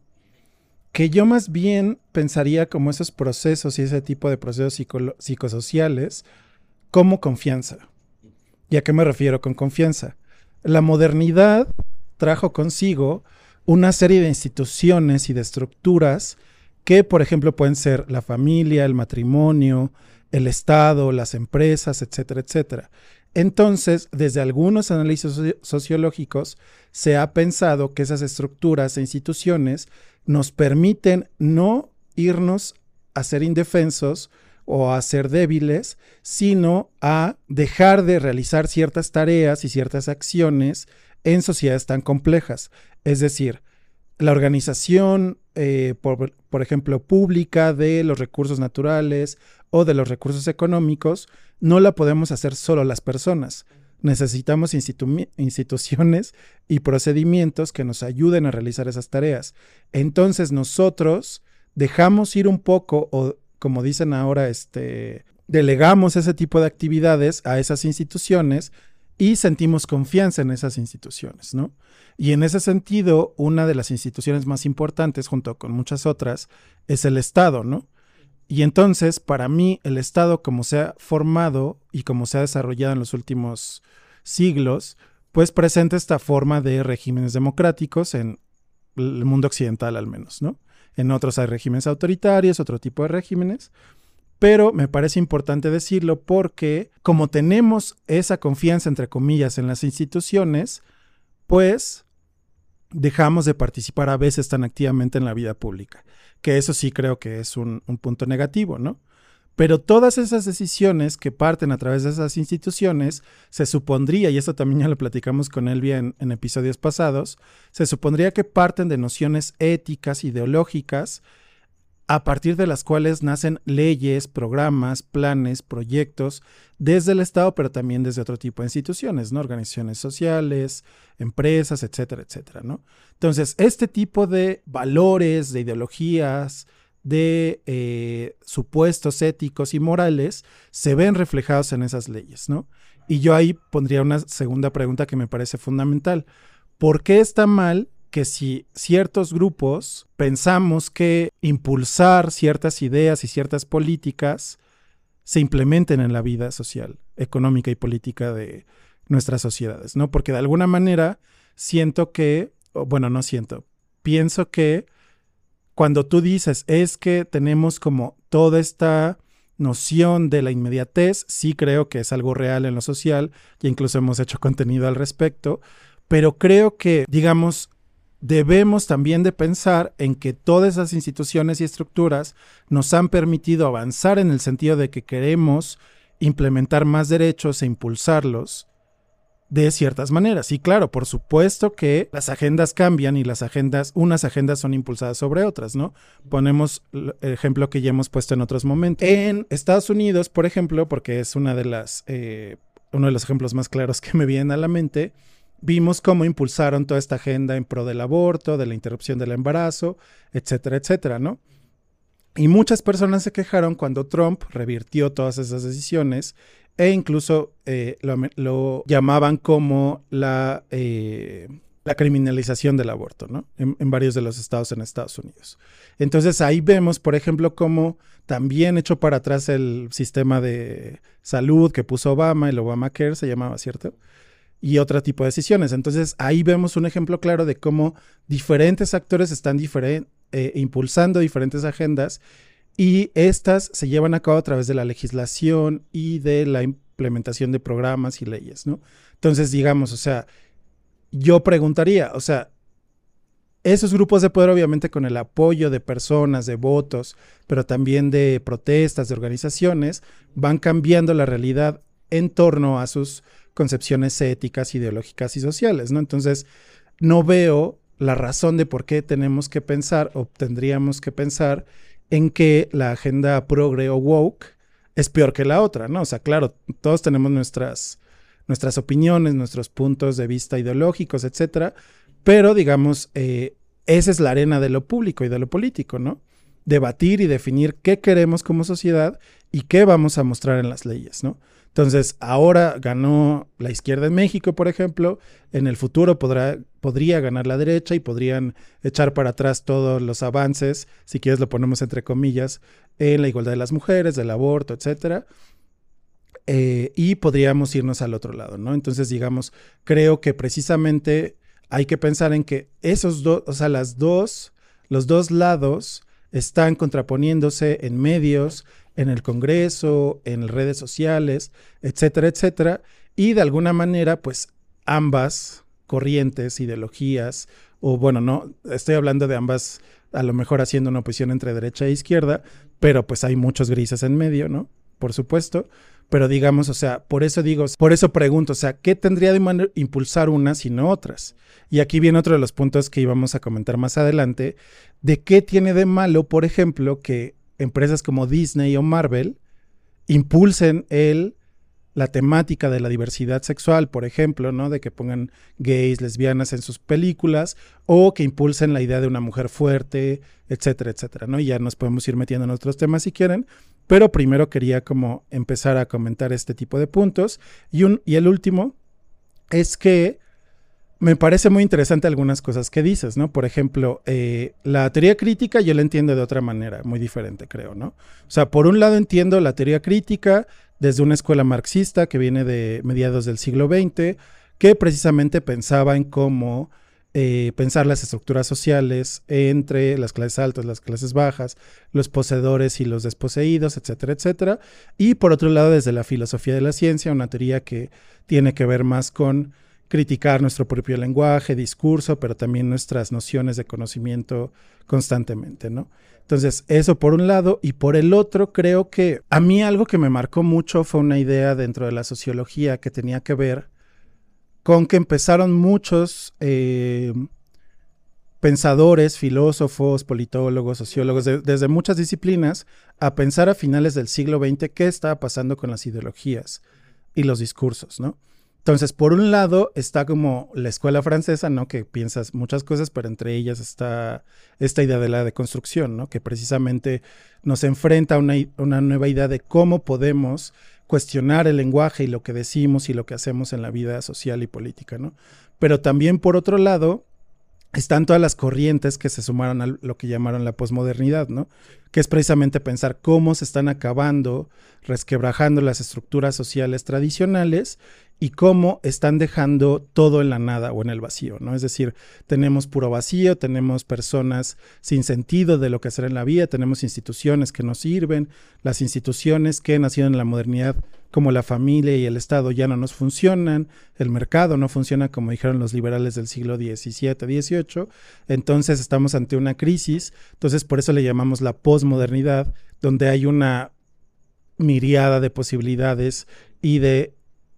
Que yo más bien pensaría como esos procesos y ese tipo de procesos psico- psicosociales como confianza. ¿Y a qué me refiero con confianza? La modernidad trajo consigo una serie de instituciones y de estructuras que, por ejemplo, pueden ser la familia, el matrimonio, el Estado, las empresas, etcétera, etcétera. Entonces, desde algunos análisis soci- sociológicos, se ha pensado que esas estructuras e instituciones nos permiten no irnos a ser indefensos o a ser débiles, sino a dejar de realizar ciertas tareas y ciertas acciones en sociedades tan complejas. Es decir, la organización, eh, por, por ejemplo, pública de los recursos naturales o de los recursos económicos, no la podemos hacer solo las personas. Necesitamos institu- instituciones y procedimientos que nos ayuden a realizar esas tareas. Entonces nosotros dejamos ir un poco, o como dicen ahora, este, delegamos ese tipo de actividades a esas instituciones y sentimos confianza en esas instituciones, ¿no? Y en ese sentido, una de las instituciones más importantes, junto con muchas otras, es el Estado, ¿no? Y entonces, para mí, el Estado, como se ha formado y como se ha desarrollado en los últimos siglos, pues presenta esta forma de regímenes democráticos en el mundo occidental al menos, ¿no? En otros hay regímenes autoritarios, otro tipo de regímenes, pero me parece importante decirlo porque como tenemos esa confianza, entre comillas, en las instituciones, pues dejamos de participar a veces tan activamente en la vida pública, que eso sí creo que es un, un punto negativo, ¿no? Pero todas esas decisiones que parten a través de esas instituciones, se supondría, y esto también ya lo platicamos con Elvia en, en episodios pasados, se supondría que parten de nociones éticas, ideológicas, a partir de las cuales nacen leyes, programas, planes, proyectos, desde el Estado, pero también desde otro tipo de instituciones, ¿no? Organizaciones sociales, empresas, etcétera, etcétera, ¿no? Entonces, este tipo de valores, de ideologías, de eh, supuestos éticos y morales, se ven reflejados en esas leyes, ¿no? Y yo ahí pondría una segunda pregunta que me parece fundamental. ¿Por qué está mal que si ciertos grupos pensamos que impulsar ciertas ideas y ciertas políticas se implementen en la vida social, económica y política de nuestras sociedades, ¿no? Porque de alguna manera siento que, bueno, no siento, pienso que cuando tú dices es que tenemos como toda esta noción de la inmediatez, sí creo que es algo real en lo social, y incluso hemos hecho contenido al respecto, pero creo que, digamos, debemos también de pensar en que todas esas instituciones y estructuras nos han permitido avanzar en el sentido de que queremos implementar más derechos e impulsarlos de ciertas maneras. Y claro, por supuesto que las agendas cambian y las agendas, unas agendas son impulsadas sobre otras, ¿no? Ponemos el ejemplo que ya hemos puesto en otros momentos. En Estados Unidos, por ejemplo, porque es una de las, eh, uno de los ejemplos más claros que me vienen a la mente, vimos cómo impulsaron toda esta agenda en pro del aborto, de la interrupción del embarazo, etcétera, etcétera, ¿no? Y muchas personas se quejaron cuando Trump revirtió todas esas decisiones e incluso eh, lo, lo llamaban como la, eh, la criminalización del aborto, ¿no? En, en varios de los estados en Estados Unidos. Entonces ahí vemos, por ejemplo, cómo también echó para atrás el sistema de salud que puso Obama, el Obamacare se llamaba, ¿cierto? Y otro tipo de decisiones. Entonces, ahí vemos un ejemplo claro de cómo diferentes actores están diferen- eh, impulsando diferentes agendas y estas se llevan a cabo a través de la legislación y de la implementación de programas y leyes, ¿no? Entonces, digamos, o sea, yo preguntaría, o sea, esos grupos de poder, obviamente con el apoyo de personas, de votos, pero también de protestas, de organizaciones, van cambiando la realidad en torno a sus concepciones éticas, ideológicas y sociales, ¿no? Entonces, no veo la razón de por qué tenemos que pensar o tendríamos que pensar en que la agenda progre o woke es peor que la otra, ¿no? O sea, claro, todos tenemos nuestras, nuestras opiniones, nuestros puntos de vista ideológicos, etcétera, pero digamos, eh, esa es la arena de lo público y de lo político, ¿no? debatir y definir qué queremos como sociedad y qué vamos a mostrar en las leyes, ¿no? Entonces, ahora ganó la izquierda en México, por ejemplo, en el futuro podrá, podría ganar la derecha y podrían echar para atrás todos los avances, si quieres lo ponemos entre comillas, en la igualdad de las mujeres, del aborto, etcétera, eh, y podríamos irnos al otro lado, ¿no? Entonces, digamos, creo que precisamente hay que pensar en que esos dos, o sea, las dos, los dos lados están contraponiéndose en medios, en el Congreso, en redes sociales, etcétera, etcétera, y de alguna manera, pues, ambas corrientes, ideologías, o bueno, no, estoy hablando de ambas, a lo mejor haciendo una oposición entre derecha e izquierda, pero pues hay muchos grises en medio, ¿no? Por supuesto, pero digamos, o sea, por eso digo, por eso pregunto, o sea, ¿qué tendría de man- impulsar unas y no otras? Y aquí viene otro de los puntos que íbamos a comentar más adelante, de qué tiene de malo, por ejemplo, que empresas como Disney o Marvel impulsen el, la temática de la diversidad sexual, por ejemplo, ¿no? De que pongan gays, lesbianas en sus películas, o que impulsen la idea de una mujer fuerte, etcétera, etcétera, ¿no? Y ya nos podemos ir metiendo en otros temas si quieren, pero primero quería como empezar a comentar este tipo de puntos. Y, un, y el último es que me parece muy interesante algunas cosas que dices, ¿no? Por ejemplo, eh, la teoría crítica yo la entiendo de otra manera, muy diferente, creo, ¿no? O sea, por un lado entiendo la teoría crítica desde una escuela marxista que viene de mediados del siglo veinte, que precisamente pensaba en cómo eh, pensar las estructuras sociales entre las clases altas, las clases bajas, los poseedores y los desposeídos, etcétera, etcétera. Y por otro lado, desde la filosofía de la ciencia, una teoría que tiene que ver más con criticar nuestro propio lenguaje, discurso, pero también nuestras nociones de conocimiento constantemente, ¿no? Entonces, eso por un lado, y por el otro, creo que a mí algo que me marcó mucho fue una idea dentro de la sociología que tenía que ver con que empezaron muchos eh, pensadores, filósofos, politólogos, sociólogos, de, desde muchas disciplinas, a pensar a finales del siglo veinte qué estaba pasando con las ideologías y los discursos, ¿no? Entonces, por un lado está como la escuela francesa, ¿no? Que piensas muchas cosas, pero entre ellas está esta idea de la deconstrucción, ¿no? Que precisamente nos enfrenta a una, una nueva idea de cómo podemos cuestionar el lenguaje y lo que decimos y lo que hacemos en la vida social y política, ¿no? Pero también, por otro lado, están todas las corrientes que se sumaron a lo que llamaron la posmodernidad, ¿no? Que es precisamente pensar cómo se están acabando, resquebrajando las estructuras sociales tradicionales y cómo están dejando todo en la nada o en el vacío, ¿no? Es decir, tenemos puro vacío, tenemos personas sin sentido de lo que hacer en la vida, tenemos instituciones que no sirven, las instituciones que nacieron en la modernidad como la familia y el Estado ya no nos funcionan, el mercado no funciona como dijeron los liberales del siglo diecisiete, dieciocho, entonces estamos ante una crisis, entonces por eso le llamamos la posmodernidad, donde hay una miriada de posibilidades y de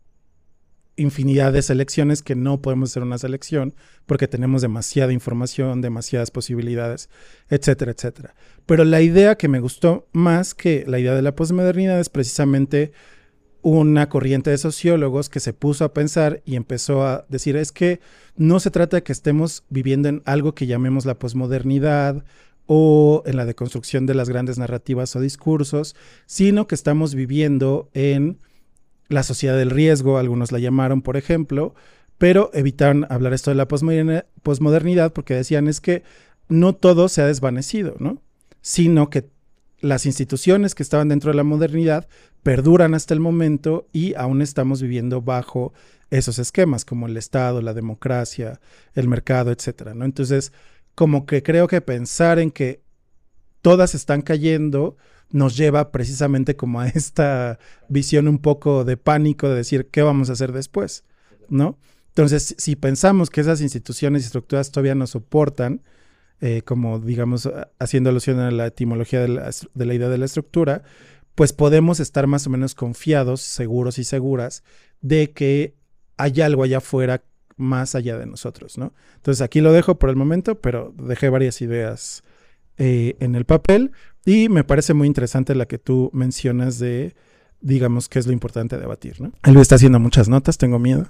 infinidad de selecciones que no podemos hacer una selección porque tenemos demasiada información, demasiadas posibilidades, etcétera, etcétera. Pero la idea que me gustó más que la idea de la posmodernidad es precisamente una corriente de sociólogos que se puso a pensar y empezó a decir, es que no se trata de que estemos viviendo en algo que llamemos la posmodernidad o en la deconstrucción de las grandes narrativas o discursos, sino que estamos viviendo en la sociedad del riesgo, algunos la llamaron, por ejemplo, pero evitaron hablar esto de la posmodernidad porque decían es que no todo se ha desvanecido, ¿no? Sino que las instituciones que estaban dentro de la modernidad perduran hasta el momento y aún estamos viviendo bajo esos esquemas como el Estado, la democracia, el mercado, etcétera, ¿no? Entonces, como que creo que pensar en que todas están cayendo nos lleva precisamente como a esta visión un poco de pánico de decir qué vamos a hacer después, ¿no? Entonces, si pensamos que esas instituciones y estructuras todavía nos soportan, eh, como digamos, haciendo alusión a la etimología de la, de la idea de la estructura, pues podemos estar más o menos confiados, seguros y seguras de que hay algo allá afuera más allá de nosotros, ¿no? Entonces, aquí lo dejo por el momento, pero dejé varias ideas eh, en el papel. Y me parece muy interesante la que tú mencionas de, digamos, qué es lo importante de debatir, ¿no? Él está haciendo muchas notas, tengo miedo.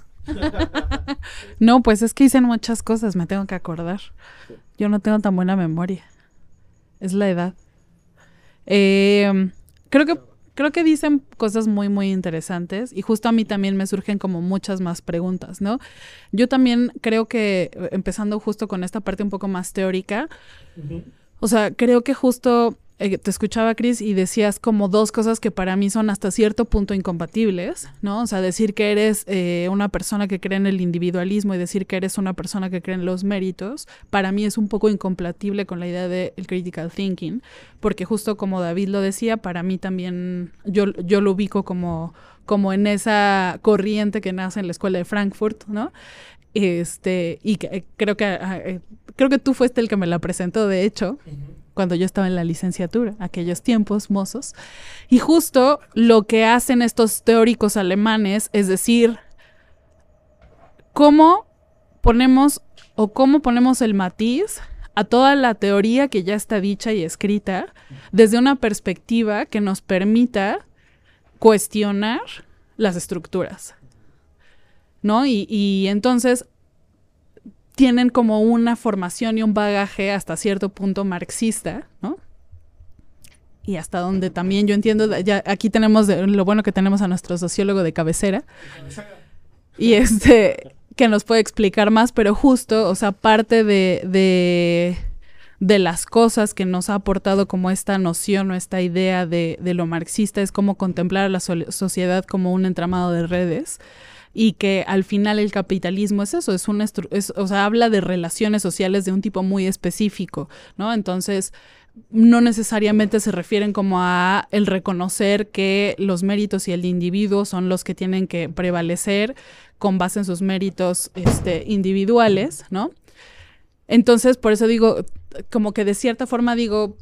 No, pues es que hice muchas cosas, me tengo que acordar. Yo no tengo tan buena memoria. Es la edad. Eh, creo que creo que dicen cosas muy, muy interesantes y justo a mí también me surgen como muchas más preguntas, ¿no? Yo también creo que, empezando justo con esta parte un poco más teórica, uh-huh. o sea, creo que justo eh, te escuchaba, Cris, y decías como dos cosas que para mí son hasta cierto punto incompatibles, ¿no? O sea, decir que eres eh, una persona que cree en el individualismo y decir que eres una persona que cree en los méritos, para mí es un poco incompatible con la idea del critical thinking, porque justo como David lo decía, para mí también, yo, yo lo ubico como, como en esa corriente que nace en la escuela de Frankfurt, ¿no? Este, y que, creo que eh, creo que tú fuiste el que me la presentó, de hecho, uh-huh. cuando yo estaba en la licenciatura, aquellos tiempos mozos. Y justo lo que hacen estos teóricos alemanes es decir, cómo ponemos o cómo ponemos el matiz a toda la teoría que ya está dicha y escrita desde una perspectiva que nos permita cuestionar las estructuras, ¿no? Y, y entonces tienen como una formación y un bagaje hasta cierto punto marxista, ¿no? Y hasta donde también yo entiendo, ya aquí tenemos de, lo bueno que tenemos a nuestro sociólogo de cabecera, y este, que nos puede explicar más, pero justo, o sea, parte de, de, de las cosas que nos ha aportado como esta noción o esta idea de, de lo marxista es como contemplar a la so- sociedad como un entramado de redes, y que al final el capitalismo es eso, es una estru- es, o sea, habla de relaciones sociales de un tipo muy específico, ¿no? Entonces, no necesariamente se refieren como a el reconocer que los méritos y el individuo son los que tienen que prevalecer con base en sus méritos este, individuales, ¿no? Entonces, por eso digo, como que de cierta forma digo,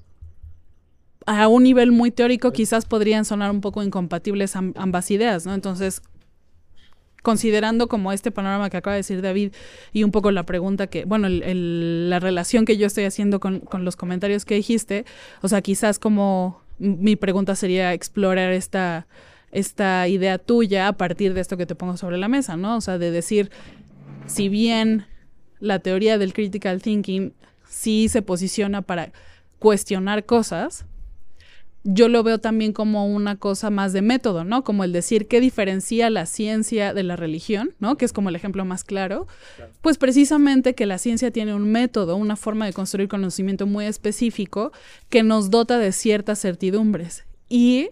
a un nivel muy teórico quizás podrían sonar un poco incompatibles amb- ambas ideas, ¿no? Entonces, considerando como este panorama que acaba de decir David y un poco la pregunta que, bueno, el, el, la relación que yo estoy haciendo con, con los comentarios que dijiste, o sea, quizás como mi pregunta sería explorar esta, esta idea tuya a partir de esto que te pongo sobre la mesa, ¿no? O sea, de decir, si bien la teoría del critical thinking sí se posiciona para cuestionar cosas, yo lo veo también como una cosa más de método, ¿no? Como el decir qué diferencia la ciencia de la religión, ¿no? Que es como el ejemplo más claro. Claro. Pues precisamente que la ciencia tiene un método, una forma de construir conocimiento muy específico que nos dota de ciertas certidumbres. Y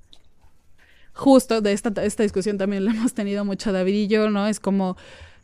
justo de esta, esta discusión también la hemos tenido mucho David y yo, ¿no? Es como,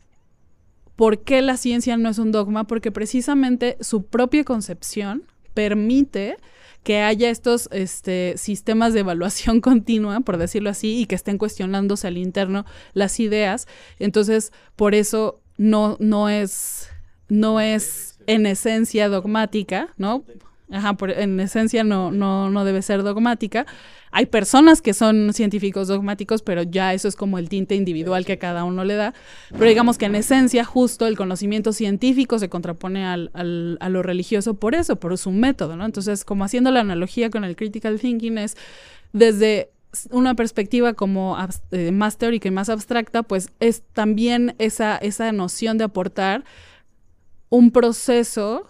¿por qué la ciencia no es un dogma? Porque precisamente su propia concepción permite que haya estos este, sistemas de evaluación continua, por decirlo así, y que estén cuestionándose al interno las ideas. Entonces, por eso no, no es, no es en esencia dogmática, ¿no? Ajá, por, en esencia no, no, no debe ser dogmática. Hay personas que son científicos dogmáticos, pero ya eso es como el tinte individual que cada uno le da. Pero digamos que en esencia justo el conocimiento científico se contrapone al, al, a lo religioso por eso, por su método, ¿no? Entonces, como haciendo la analogía con el critical thinking es desde una perspectiva como eh, más teórica y más abstracta, pues es también esa, esa noción de aportar un proceso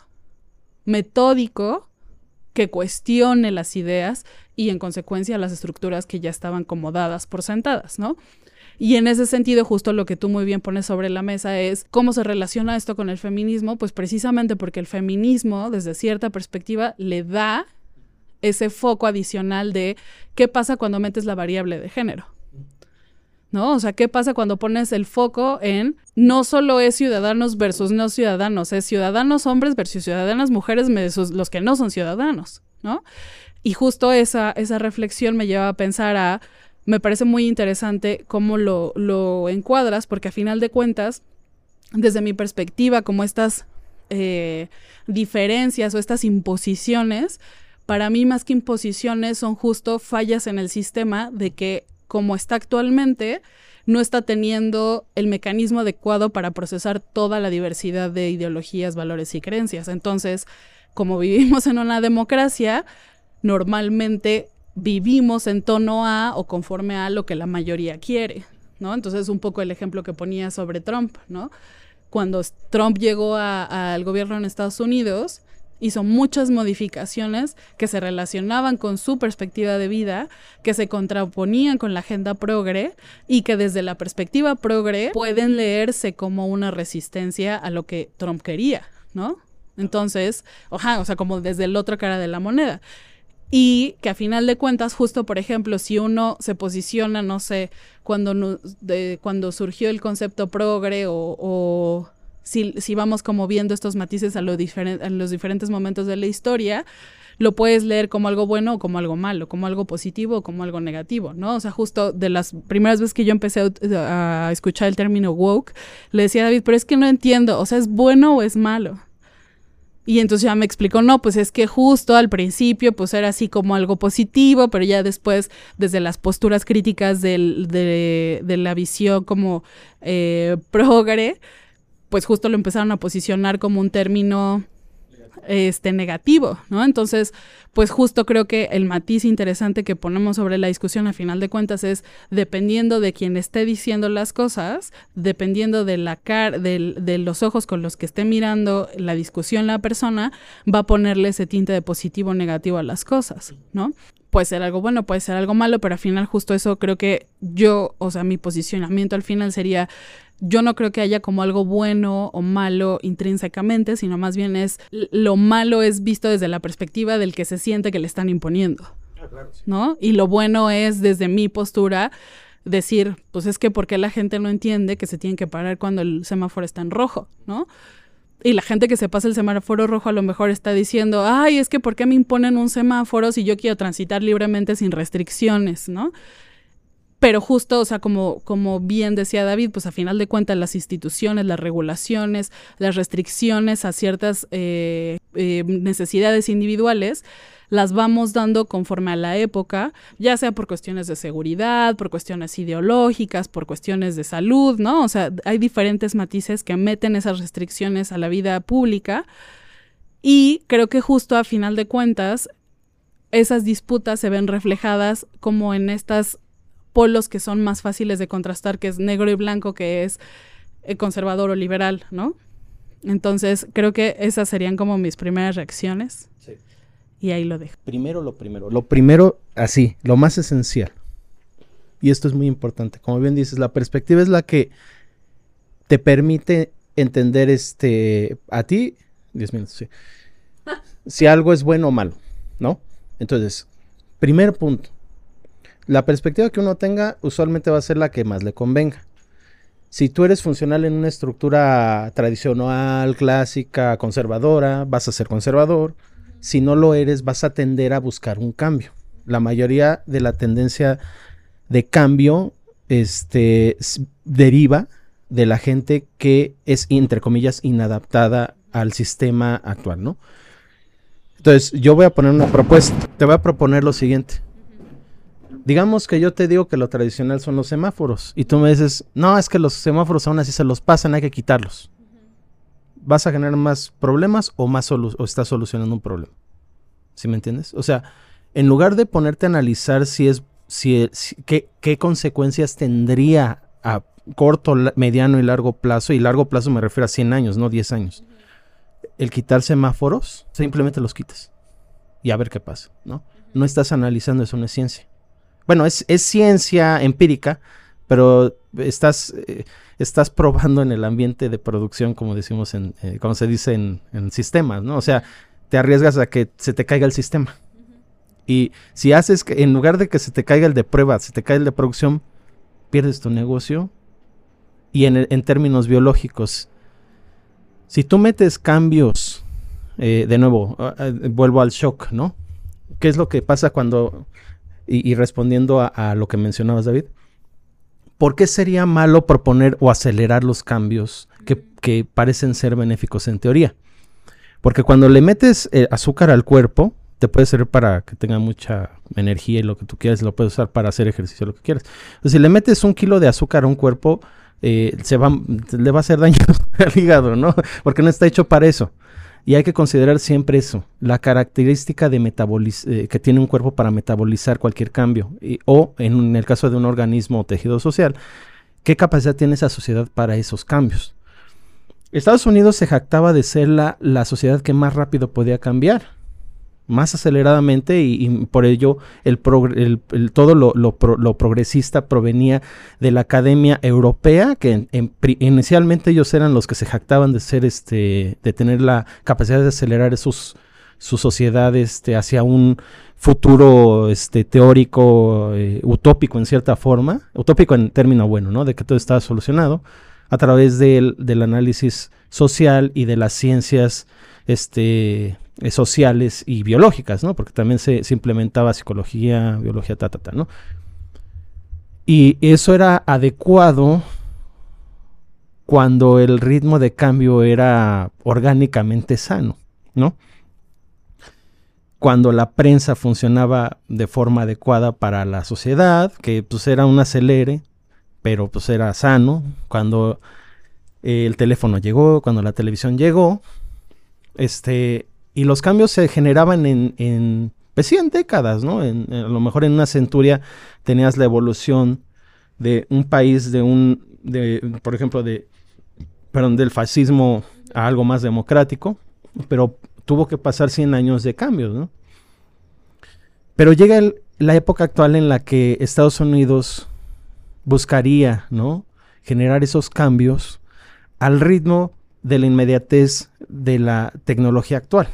metódico que cuestione las ideas y en consecuencia las estructuras que ya estaban como dadas por sentadas, ¿no? Y en ese sentido, justo lo que tú muy bien pones sobre la mesa es cómo se relaciona esto con el feminismo, pues precisamente porque el feminismo, desde cierta perspectiva, le da ese foco adicional de qué pasa cuando metes la variable de género, ¿no? O sea, ¿qué pasa cuando pones el foco en no solo es ciudadanos versus no ciudadanos, es ciudadanos hombres versus ciudadanas mujeres versus los que no son ciudadanos, ¿no? Y justo esa, esa reflexión me lleva a pensar a, me parece muy interesante cómo lo, lo encuadras, porque a final de cuentas, desde mi perspectiva, como estas eh, diferencias o estas imposiciones, para mí más que imposiciones son justo fallas en el sistema de que como está actualmente, no está teniendo el mecanismo adecuado para procesar toda la diversidad de ideologías, valores y creencias. Entonces, como vivimos en una democracia, normalmente vivimos en tono a o conforme a lo que la mayoría quiere, ¿no? Entonces, un poco el ejemplo que ponía sobre Trump, ¿no? Cuando Trump llegó a, a, al gobierno en Estados Unidos hizo muchas modificaciones que se relacionaban con su perspectiva de vida, que se contraponían con la agenda progre y que desde la perspectiva progre pueden leerse como una resistencia a lo que Trump quería, ¿no? Entonces, oja, o sea, como desde la otra cara de la moneda. Y que a final de cuentas, justo por ejemplo, si uno se posiciona, no sé, cuando, no, de, cuando surgió el concepto progre o, o si, si vamos como viendo estos matices a, lo diferen, a los diferentes momentos de la historia, lo puedes leer como algo bueno o como algo malo, como algo positivo o como algo negativo, ¿no? O sea, justo de las primeras veces que yo empecé a, a escuchar el término woke, le decía a David, pero es que no entiendo, o sea, ¿es bueno o es malo? Y entonces ya me explicó, no, pues es que justo al principio pues era así como algo positivo, pero ya después desde las posturas críticas del, de, de la visión como eh, progre, pues justo lo empezaron a posicionar como un término este negativo, ¿no? Entonces, pues justo creo que el matiz interesante que ponemos sobre la discusión a final de cuentas es, dependiendo de quien esté diciendo las cosas, dependiendo de la cara, de, de los ojos con los que esté mirando la discusión la persona, va a ponerle ese tinte de positivo o negativo a las cosas, ¿no? Puede ser algo bueno, puede ser algo malo, pero al final justo eso creo que yo, o sea, mi posicionamiento al final sería, yo no creo que haya como algo bueno o malo intrínsecamente, sino más bien es, lo malo es visto desde la perspectiva del que se siente que le están imponiendo, ah, claro, sí. ¿no? Y lo bueno es desde mi postura decir, pues es que ¿por qué la gente no entiende que se tienen que parar cuando el semáforo está en rojo, ¿no? Y la gente que se pasa el semáforo rojo a lo mejor está diciendo, ay, es que ¿por qué me imponen un semáforo si yo quiero transitar libremente sin restricciones, ¿no? Pero justo, o sea, como, como bien decía David, pues a final de cuentas las instituciones, las regulaciones, las restricciones a ciertas eh, eh, necesidades individuales, las vamos dando conforme a la época, ya sea por cuestiones de seguridad, por cuestiones ideológicas, por cuestiones de salud, ¿no? O sea, hay diferentes matices que meten esas restricciones a la vida pública y creo que justo a final de cuentas esas disputas se ven reflejadas como en estas polos que son más fáciles de contrastar, que es negro y blanco, que es eh, conservador o liberal, ¿no? Entonces, creo que esas serían como mis primeras reacciones. Sí. Y ahí lo dejo.
Primero lo primero. Lo primero, así, lo más esencial. Y esto es muy importante. Como bien dices, la perspectiva es la que te permite entender este a ti, diez minutos, sí. Si algo es bueno o malo, ¿no? Entonces, primer punto. La perspectiva que uno tenga usualmente va a ser la que más le convenga. Si tú eres funcional en una estructura tradicional, clásica, conservadora, vas a ser conservador. Si no lo eres, vas a tender a buscar un cambio. La mayoría de la tendencia de cambio este, deriva de la gente que es, entre comillas, inadaptada al sistema actual, ¿no? Entonces, yo voy a poner una propuesta. Te voy a proponer lo siguiente. Digamos que yo te digo que lo tradicional son los semáforos y tú me dices, no, es que los semáforos aún así se los pasan, hay que quitarlos. ¿Vas a generar más problemas o más solu- o estás solucionando un problema? ¿Sí me entiendes? O sea, en lugar de ponerte a analizar si es, si, si qué, qué consecuencias tendría a corto, mediano y largo plazo, y largo plazo me refiero a cien años, no diez años, el quitar semáforos, simplemente los quitas y a ver qué pasa, ¿no? No estás analizando, eso no es ciencia. Bueno, es, es ciencia empírica, pero estás, eh, estás probando en el ambiente de producción, como decimos en, eh, como se dice en, en sistemas, ¿no? O sea, te arriesgas a que se te caiga el sistema. Y si haces que, en lugar de que se te caiga el de prueba, se te cae el de producción, pierdes tu negocio. Y en, en términos biológicos, si tú metes cambios, eh, de nuevo, uh, uh, vuelvo al shock, ¿no? ¿Qué es lo que pasa cuando... Y, y respondiendo a, a lo que mencionabas, David, ¿por qué sería malo proponer o acelerar los cambios que, que parecen ser benéficos en teoría? Porque cuando le metes eh, azúcar al cuerpo, te puede servir para que tenga mucha energía y lo que tú quieras, lo puedes usar para hacer ejercicio, lo que quieras. Entonces, si le metes un kilo de azúcar a un cuerpo, eh, se va, le va a hacer daño al hígado, ¿no? Porque no está hecho para eso. Y hay que considerar siempre eso, la característica de metaboliz- eh, que tiene un cuerpo para metabolizar cualquier cambio, y, o en el caso de un organismo o tejido social, qué capacidad tiene esa sociedad para esos cambios. Estados Unidos se jactaba de ser la, la sociedad que más rápido podía cambiar, más aceleradamente, y, y por ello el, progr el, el todo lo, lo, pro lo progresista provenía de la Academia Europea, que en, en, inicialmente ellos eran los que se jactaban de ser este de tener la capacidad de acelerar sus, su sociedad este, hacia un futuro este, teórico, eh, utópico en cierta forma, utópico en término bueno, ¿no? De que todo estaba solucionado a través del, del análisis social y de las ciencias este, eh, sociales y biológicas, ¿no? Porque también se, se implementaba psicología, biología, ta, ta, ta, ¿no? Y eso era adecuado cuando el ritmo de cambio era orgánicamente sano, ¿no? Cuando la prensa funcionaba de forma adecuada para la sociedad, que pues era un acelere, pero pues era sano. Cuando eh, el teléfono llegó, cuando la televisión llegó, este, y los cambios se generaban en, en pues sí, en décadas, ¿no? En, en, a lo mejor en una centuria tenías la evolución de un país, de un, de, por ejemplo, de, perdón, del fascismo a algo más democrático, pero tuvo que pasar cien años de cambios, ¿no? Pero llega el, la época actual en la que Estados Unidos buscaría, ¿no?, generar esos cambios al ritmo de la inmediatez de la tecnología actual.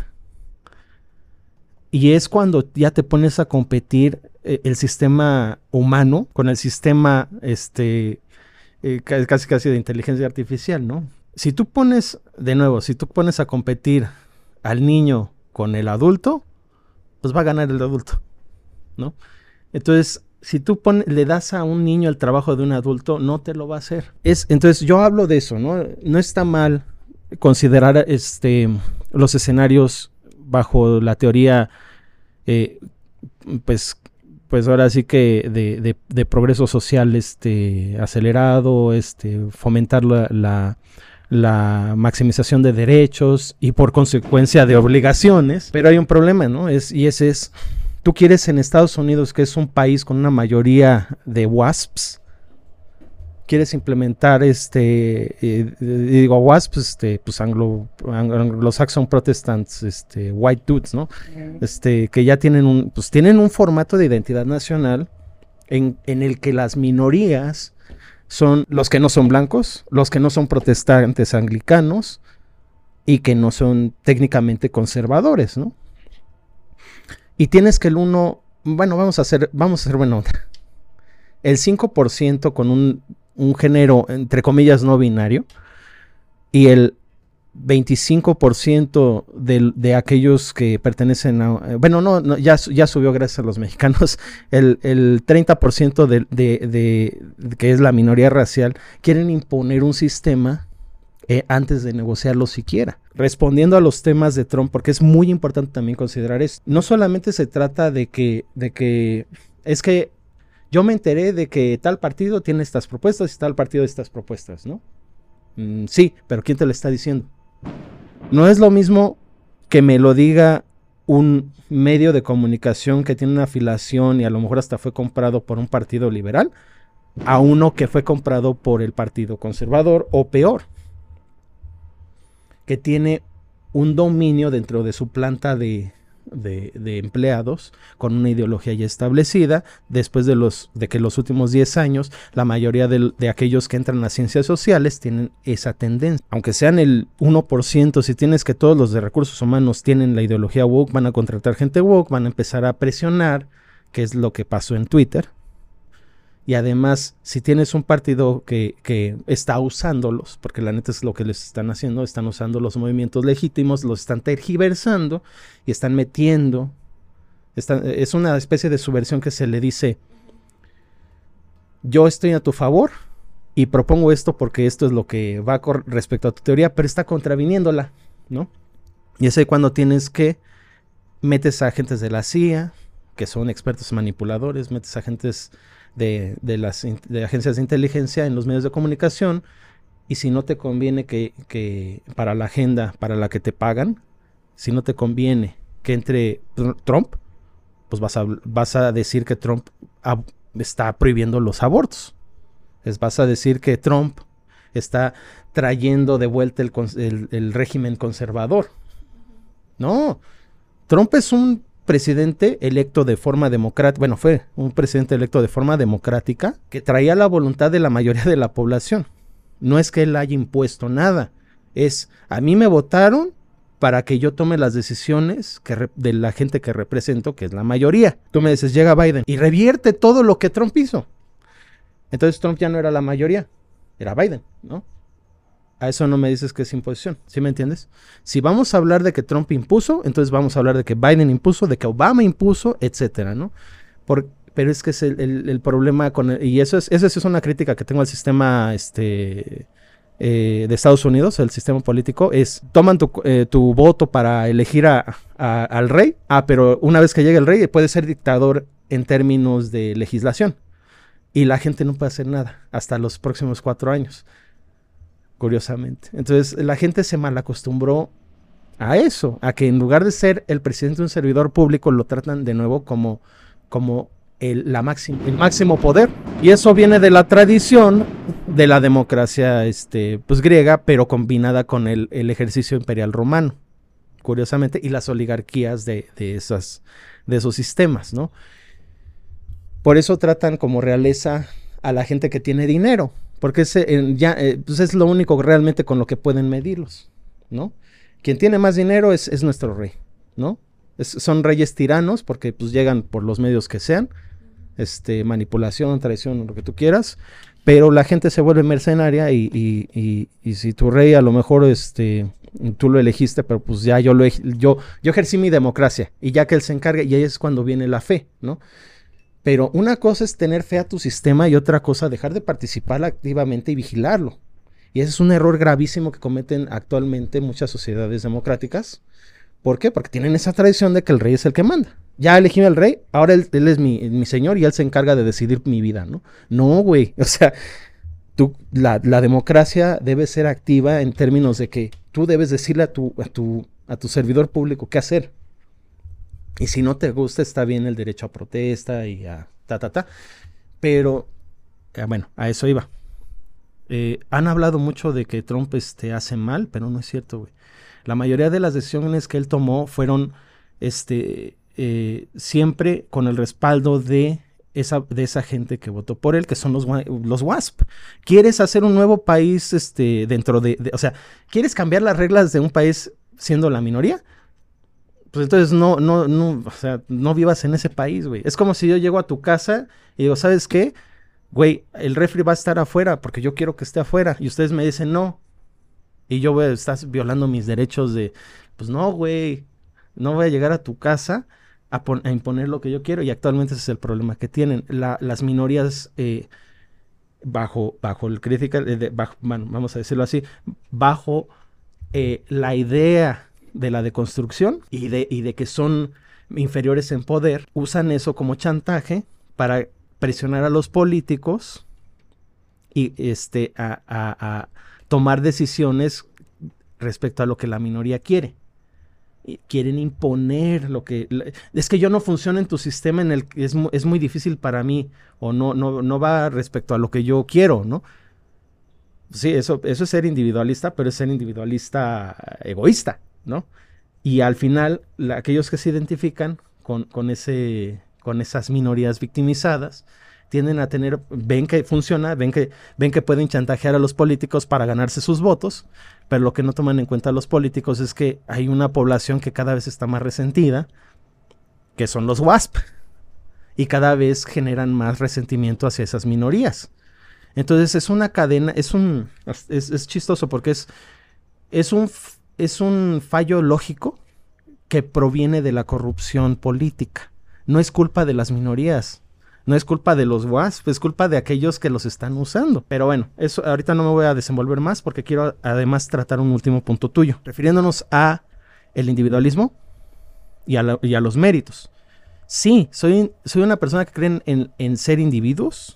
Y es cuando ya te pones a competir eh, el sistema humano con el sistema este, eh, casi casi de inteligencia artificial, ¿no? Si tú pones, de nuevo, si tú pones a competir al niño con el adulto, pues va a ganar el adulto, ¿no? Entonces, si tú pon, le das a un niño el trabajo de un adulto, no te lo va a hacer. Es, entonces, yo hablo de eso, ¿no? No está mal considerar este, los escenarios bajo la teoría, eh, pues, pues ahora sí que de, de, de progreso social este, acelerado, este, fomentar la... la la maximización de derechos y por consecuencia de obligaciones, pero hay un problema, ¿no? Es, y ese es, tú quieres en Estados Unidos, que es un país con una mayoría de WASPs, quieres implementar este, eh, digo WASPs, este, pues anglo, anglo-saxon protestants, este, white dudes, ¿no? Este, que ya tienen un, pues tienen un formato de identidad nacional en, en el que las minorías son los que no son blancos, los que no son protestantes anglicanos y que no son técnicamente conservadores, ¿no? Y tienes que el uno, bueno, vamos a hacer, vamos a hacer buena onda. El cinco por ciento con un, un género, entre comillas, no binario, y el veinticinco por ciento de, de aquellos que pertenecen a... Bueno, no, no ya, ya subió gracias a los mexicanos. El, el treinta por ciento de, de, de, de que es la minoría racial quieren imponer un sistema eh, antes de negociarlo siquiera. Respondiendo a los temas de Trump, porque es muy importante también considerar esto. No solamente se trata de que, de que es que yo me enteré de que tal partido tiene estas propuestas y tal partido estas propuestas, ¿no? Mm, sí, pero ¿quién te lo está diciendo? No es lo mismo que me lo diga un medio de comunicación que tiene una afiliación y a lo mejor hasta fue comprado por un partido liberal, a uno que fue comprado por el partido conservador, o peor, que tiene un dominio dentro de su planta de, de, de empleados con una ideología ya establecida, después de, los, de que los últimos diez años la mayoría de, de aquellos que entran a ciencias sociales tienen esa tendencia. Aunque sean el uno por ciento, si tienes que todos los de recursos humanos tienen la ideología woke, van a contratar gente woke, van a empezar a presionar, que es lo que pasó en Twitter. Y además, si tienes un partido que, que está usándolos, porque la neta es lo que les están haciendo, están usando los movimientos legítimos, los están tergiversando y están metiendo, están, es una especie de subversión que se le dice, yo estoy a tu favor y propongo esto porque esto es lo que va con respecto a tu teoría, pero está contraviniéndola, ¿no? Y es ahí cuando tienes que, metes a agentes de la C I A, que son expertos manipuladores, metes a agentes... De, de las de agencias de inteligencia en los medios de comunicación, y si no te conviene que, que para la agenda para la que te pagan, si no te conviene que entre Trump, pues vas a, vas a decir que Trump ab, está prohibiendo los abortos. Es, vas a decir que Trump está trayendo de vuelta el, el, el régimen conservador. No, Trump es un presidente electo de forma democrática, bueno, fue un presidente electo de forma democrática que traía la voluntad de la mayoría de la población. No es que él haya impuesto nada, es a mí me votaron para que yo tome las decisiones que re- de la gente que represento, que es la mayoría. Tú me dices, llega Biden y revierte todo lo que Trump hizo. Entonces Trump ya no era la mayoría, era Biden, ¿no? A eso no me dices que es imposición, ¿sí me entiendes? Si vamos a hablar de que Trump impuso, entonces vamos a hablar de que Biden impuso, de que Obama impuso, etcétera, ¿no? Por, pero es que es el, el, el problema con el, y eso es, esa es una crítica que tengo al sistema este, eh, de Estados Unidos, el sistema político, es toman tu, eh, tu voto para elegir a, a, al rey, ah, pero una vez que llegue el rey puede ser dictador en términos de legislación, y la gente no puede hacer nada hasta los próximos cuatro años. Curiosamente. Entonces, la gente se malacostumbró a eso, a que en lugar de ser el presidente de un servidor público, lo tratan de nuevo como, como el, la máxima, el máximo poder. Y eso viene de la tradición de la democracia este, pues, griega, pero combinada con el, el ejercicio imperial romano, curiosamente, y las oligarquías de, de, esas, de esos sistemas, ¿no? Por eso tratan como realeza a la gente que tiene dinero. Porque es, eh, ya, eh, pues es lo único realmente con lo que pueden medirlos, ¿no? Quien tiene más dinero es, es nuestro rey, ¿no? Es, son reyes tiranos porque pues llegan por los medios que sean, este, manipulación, traición, lo que tú quieras, pero la gente se vuelve mercenaria y, y, y, y si tu rey a lo mejor este, tú lo elegiste, pero pues ya yo, lo, yo, yo ejercí mi democracia y ya que él se encargue, y ahí es cuando viene la fe, ¿no? Pero una cosa es tener fe a tu sistema y otra cosa dejar de participar activamente y vigilarlo. Y ese es un error gravísimo que cometen actualmente muchas sociedades democráticas. ¿Por qué? Porque tienen esa tradición de que el rey es el que manda. Ya elegí al rey, ahora él, él es mi, mi señor y él se encarga de decidir mi vida, ¿no? No, güey. O sea, tú, la, la democracia debe ser activa en términos de que tú debes decirle a tu, a tu, a tu servidor público qué hacer. Y si no te gusta, está bien el derecho a protesta y a ta, ta, ta. Pero, eh, bueno, a eso iba. Eh, han hablado mucho de que Trump este, hace mal, pero no es cierto, güey. La mayoría de las decisiones que él tomó fueron este, eh, siempre con el respaldo de esa, de esa gente que votó por él, que son los, los WASP. ¿Quieres hacer un nuevo país este, dentro de, de... O sea, ¿quieres cambiar las reglas de un país siendo la minoría? Pues entonces no, no, no, o sea, no vivas en ese país, güey. Es como si yo llego a tu casa y digo, ¿sabes qué? Güey, el refri va a estar afuera porque yo quiero que esté afuera. Y ustedes me dicen no. Y yo, güey, estás violando mis derechos de, pues no, güey, no voy a llegar a tu casa a, pon- a imponer lo que yo quiero. Y actualmente ese es el problema que tienen. La, las minorías eh, bajo, bajo el crítica, eh, de, bajo, bueno, vamos a decirlo así, bajo eh, la idea de la deconstrucción y de, y de que son inferiores en poder, usan eso como chantaje para presionar a los políticos y este a, a, a tomar decisiones respecto a lo que la minoría quiere. Y quieren imponer lo que... Es que yo no funciono en tu sistema en el que es, es muy difícil para mí o no, no, no va respecto a lo que yo quiero, ¿no? Sí, eso, eso es ser individualista, pero es ser individualista egoísta, ¿no? Y al final, la, aquellos que se identifican con, con, ese, con esas minorías victimizadas, tienden a tener, ven que funciona, ven que, ven que pueden chantajear a los políticos para ganarse sus votos, pero lo que no toman en cuenta los políticos es que hay una población que cada vez está más resentida, que son los WASP, y cada vez generan más resentimiento hacia esas minorías. Entonces es una cadena, es un, es, es chistoso porque es, es un, es un fallo lógico que proviene de la corrupción política. No es culpa de las minorías, no es culpa de los WASP, es culpa de aquellos que los están usando. Pero bueno, eso ahorita no me voy a desenvolver más porque quiero además tratar un último punto tuyo, refiriéndonos a el individualismo y a, la, y a los méritos. Sí, soy, soy una persona que cree en, en ser individuos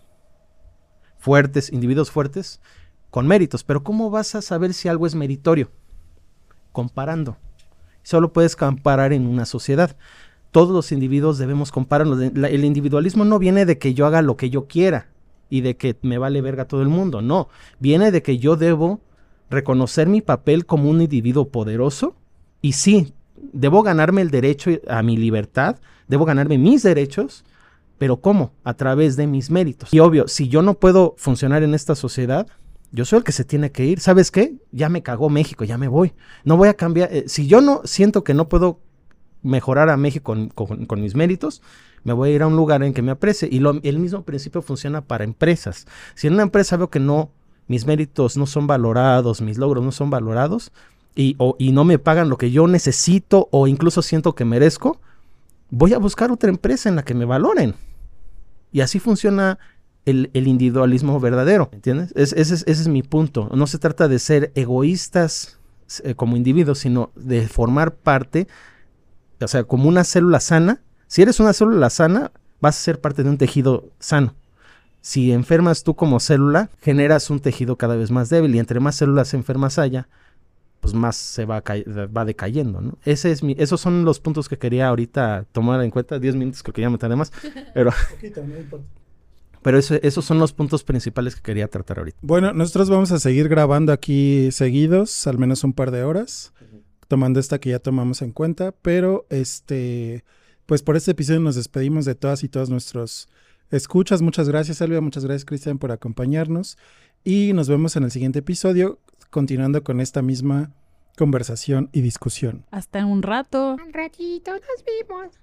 fuertes, individuos fuertes, con méritos. Pero ¿cómo vas a saber si algo es meritorio? Comparando. Solo puedes comparar en una sociedad. Todos los individuos debemos compararnos. El individualismo no viene de que yo haga lo que yo quiera y de que me vale verga todo el mundo. No, viene de que yo debo reconocer mi papel como un individuo poderoso y sí, debo ganarme el derecho a mi libertad, debo ganarme mis derechos, pero ¿cómo? A través de mis méritos. Y obvio, si yo no puedo funcionar en esta sociedad, yo soy el que se tiene que ir. ¿Sabes qué? Ya me cagó México, ya me voy. No voy a cambiar. Eh, si yo no siento que no puedo mejorar a México con, con, con mis méritos, me voy a ir a un lugar en que me aprecie. Y lo, el mismo principio funciona para empresas. Si en una empresa veo que no, mis méritos no son valorados, mis logros no son valorados, y, o, y no me pagan lo que yo necesito o incluso siento que merezco, voy a buscar otra empresa en la que me valoren. Y así funciona el, el individualismo verdadero, ¿entiendes? Es, ese, es, ese es mi punto. No se trata de ser egoístas eh, como individuos, sino de formar parte, o sea, como una célula sana. Si eres una célula sana, vas a ser parte de un tejido sano. Si enfermas tú como célula, generas un tejido cada vez más débil y entre más células enfermas haya, pues más se va, va decayendo, ¿no? Ese es mi, esos son los puntos que quería ahorita tomar en cuenta. Diez minutos creo que ya me tardé más, pero, pero eso, esos son los puntos principales que quería tratar ahorita.
Bueno, nosotros vamos a seguir grabando aquí seguidos, al menos un par de horas, uh-huh. tomando esta que ya tomamos en cuenta, pero este, pues por este episodio nos despedimos de todas y todos nuestros escuchas. Muchas gracias, Elvia, muchas gracias, Cristian, por acompañarnos y nos vemos en el siguiente episodio, continuando con esta misma conversación y discusión.
Hasta un rato.
Un ratito, nos vimos.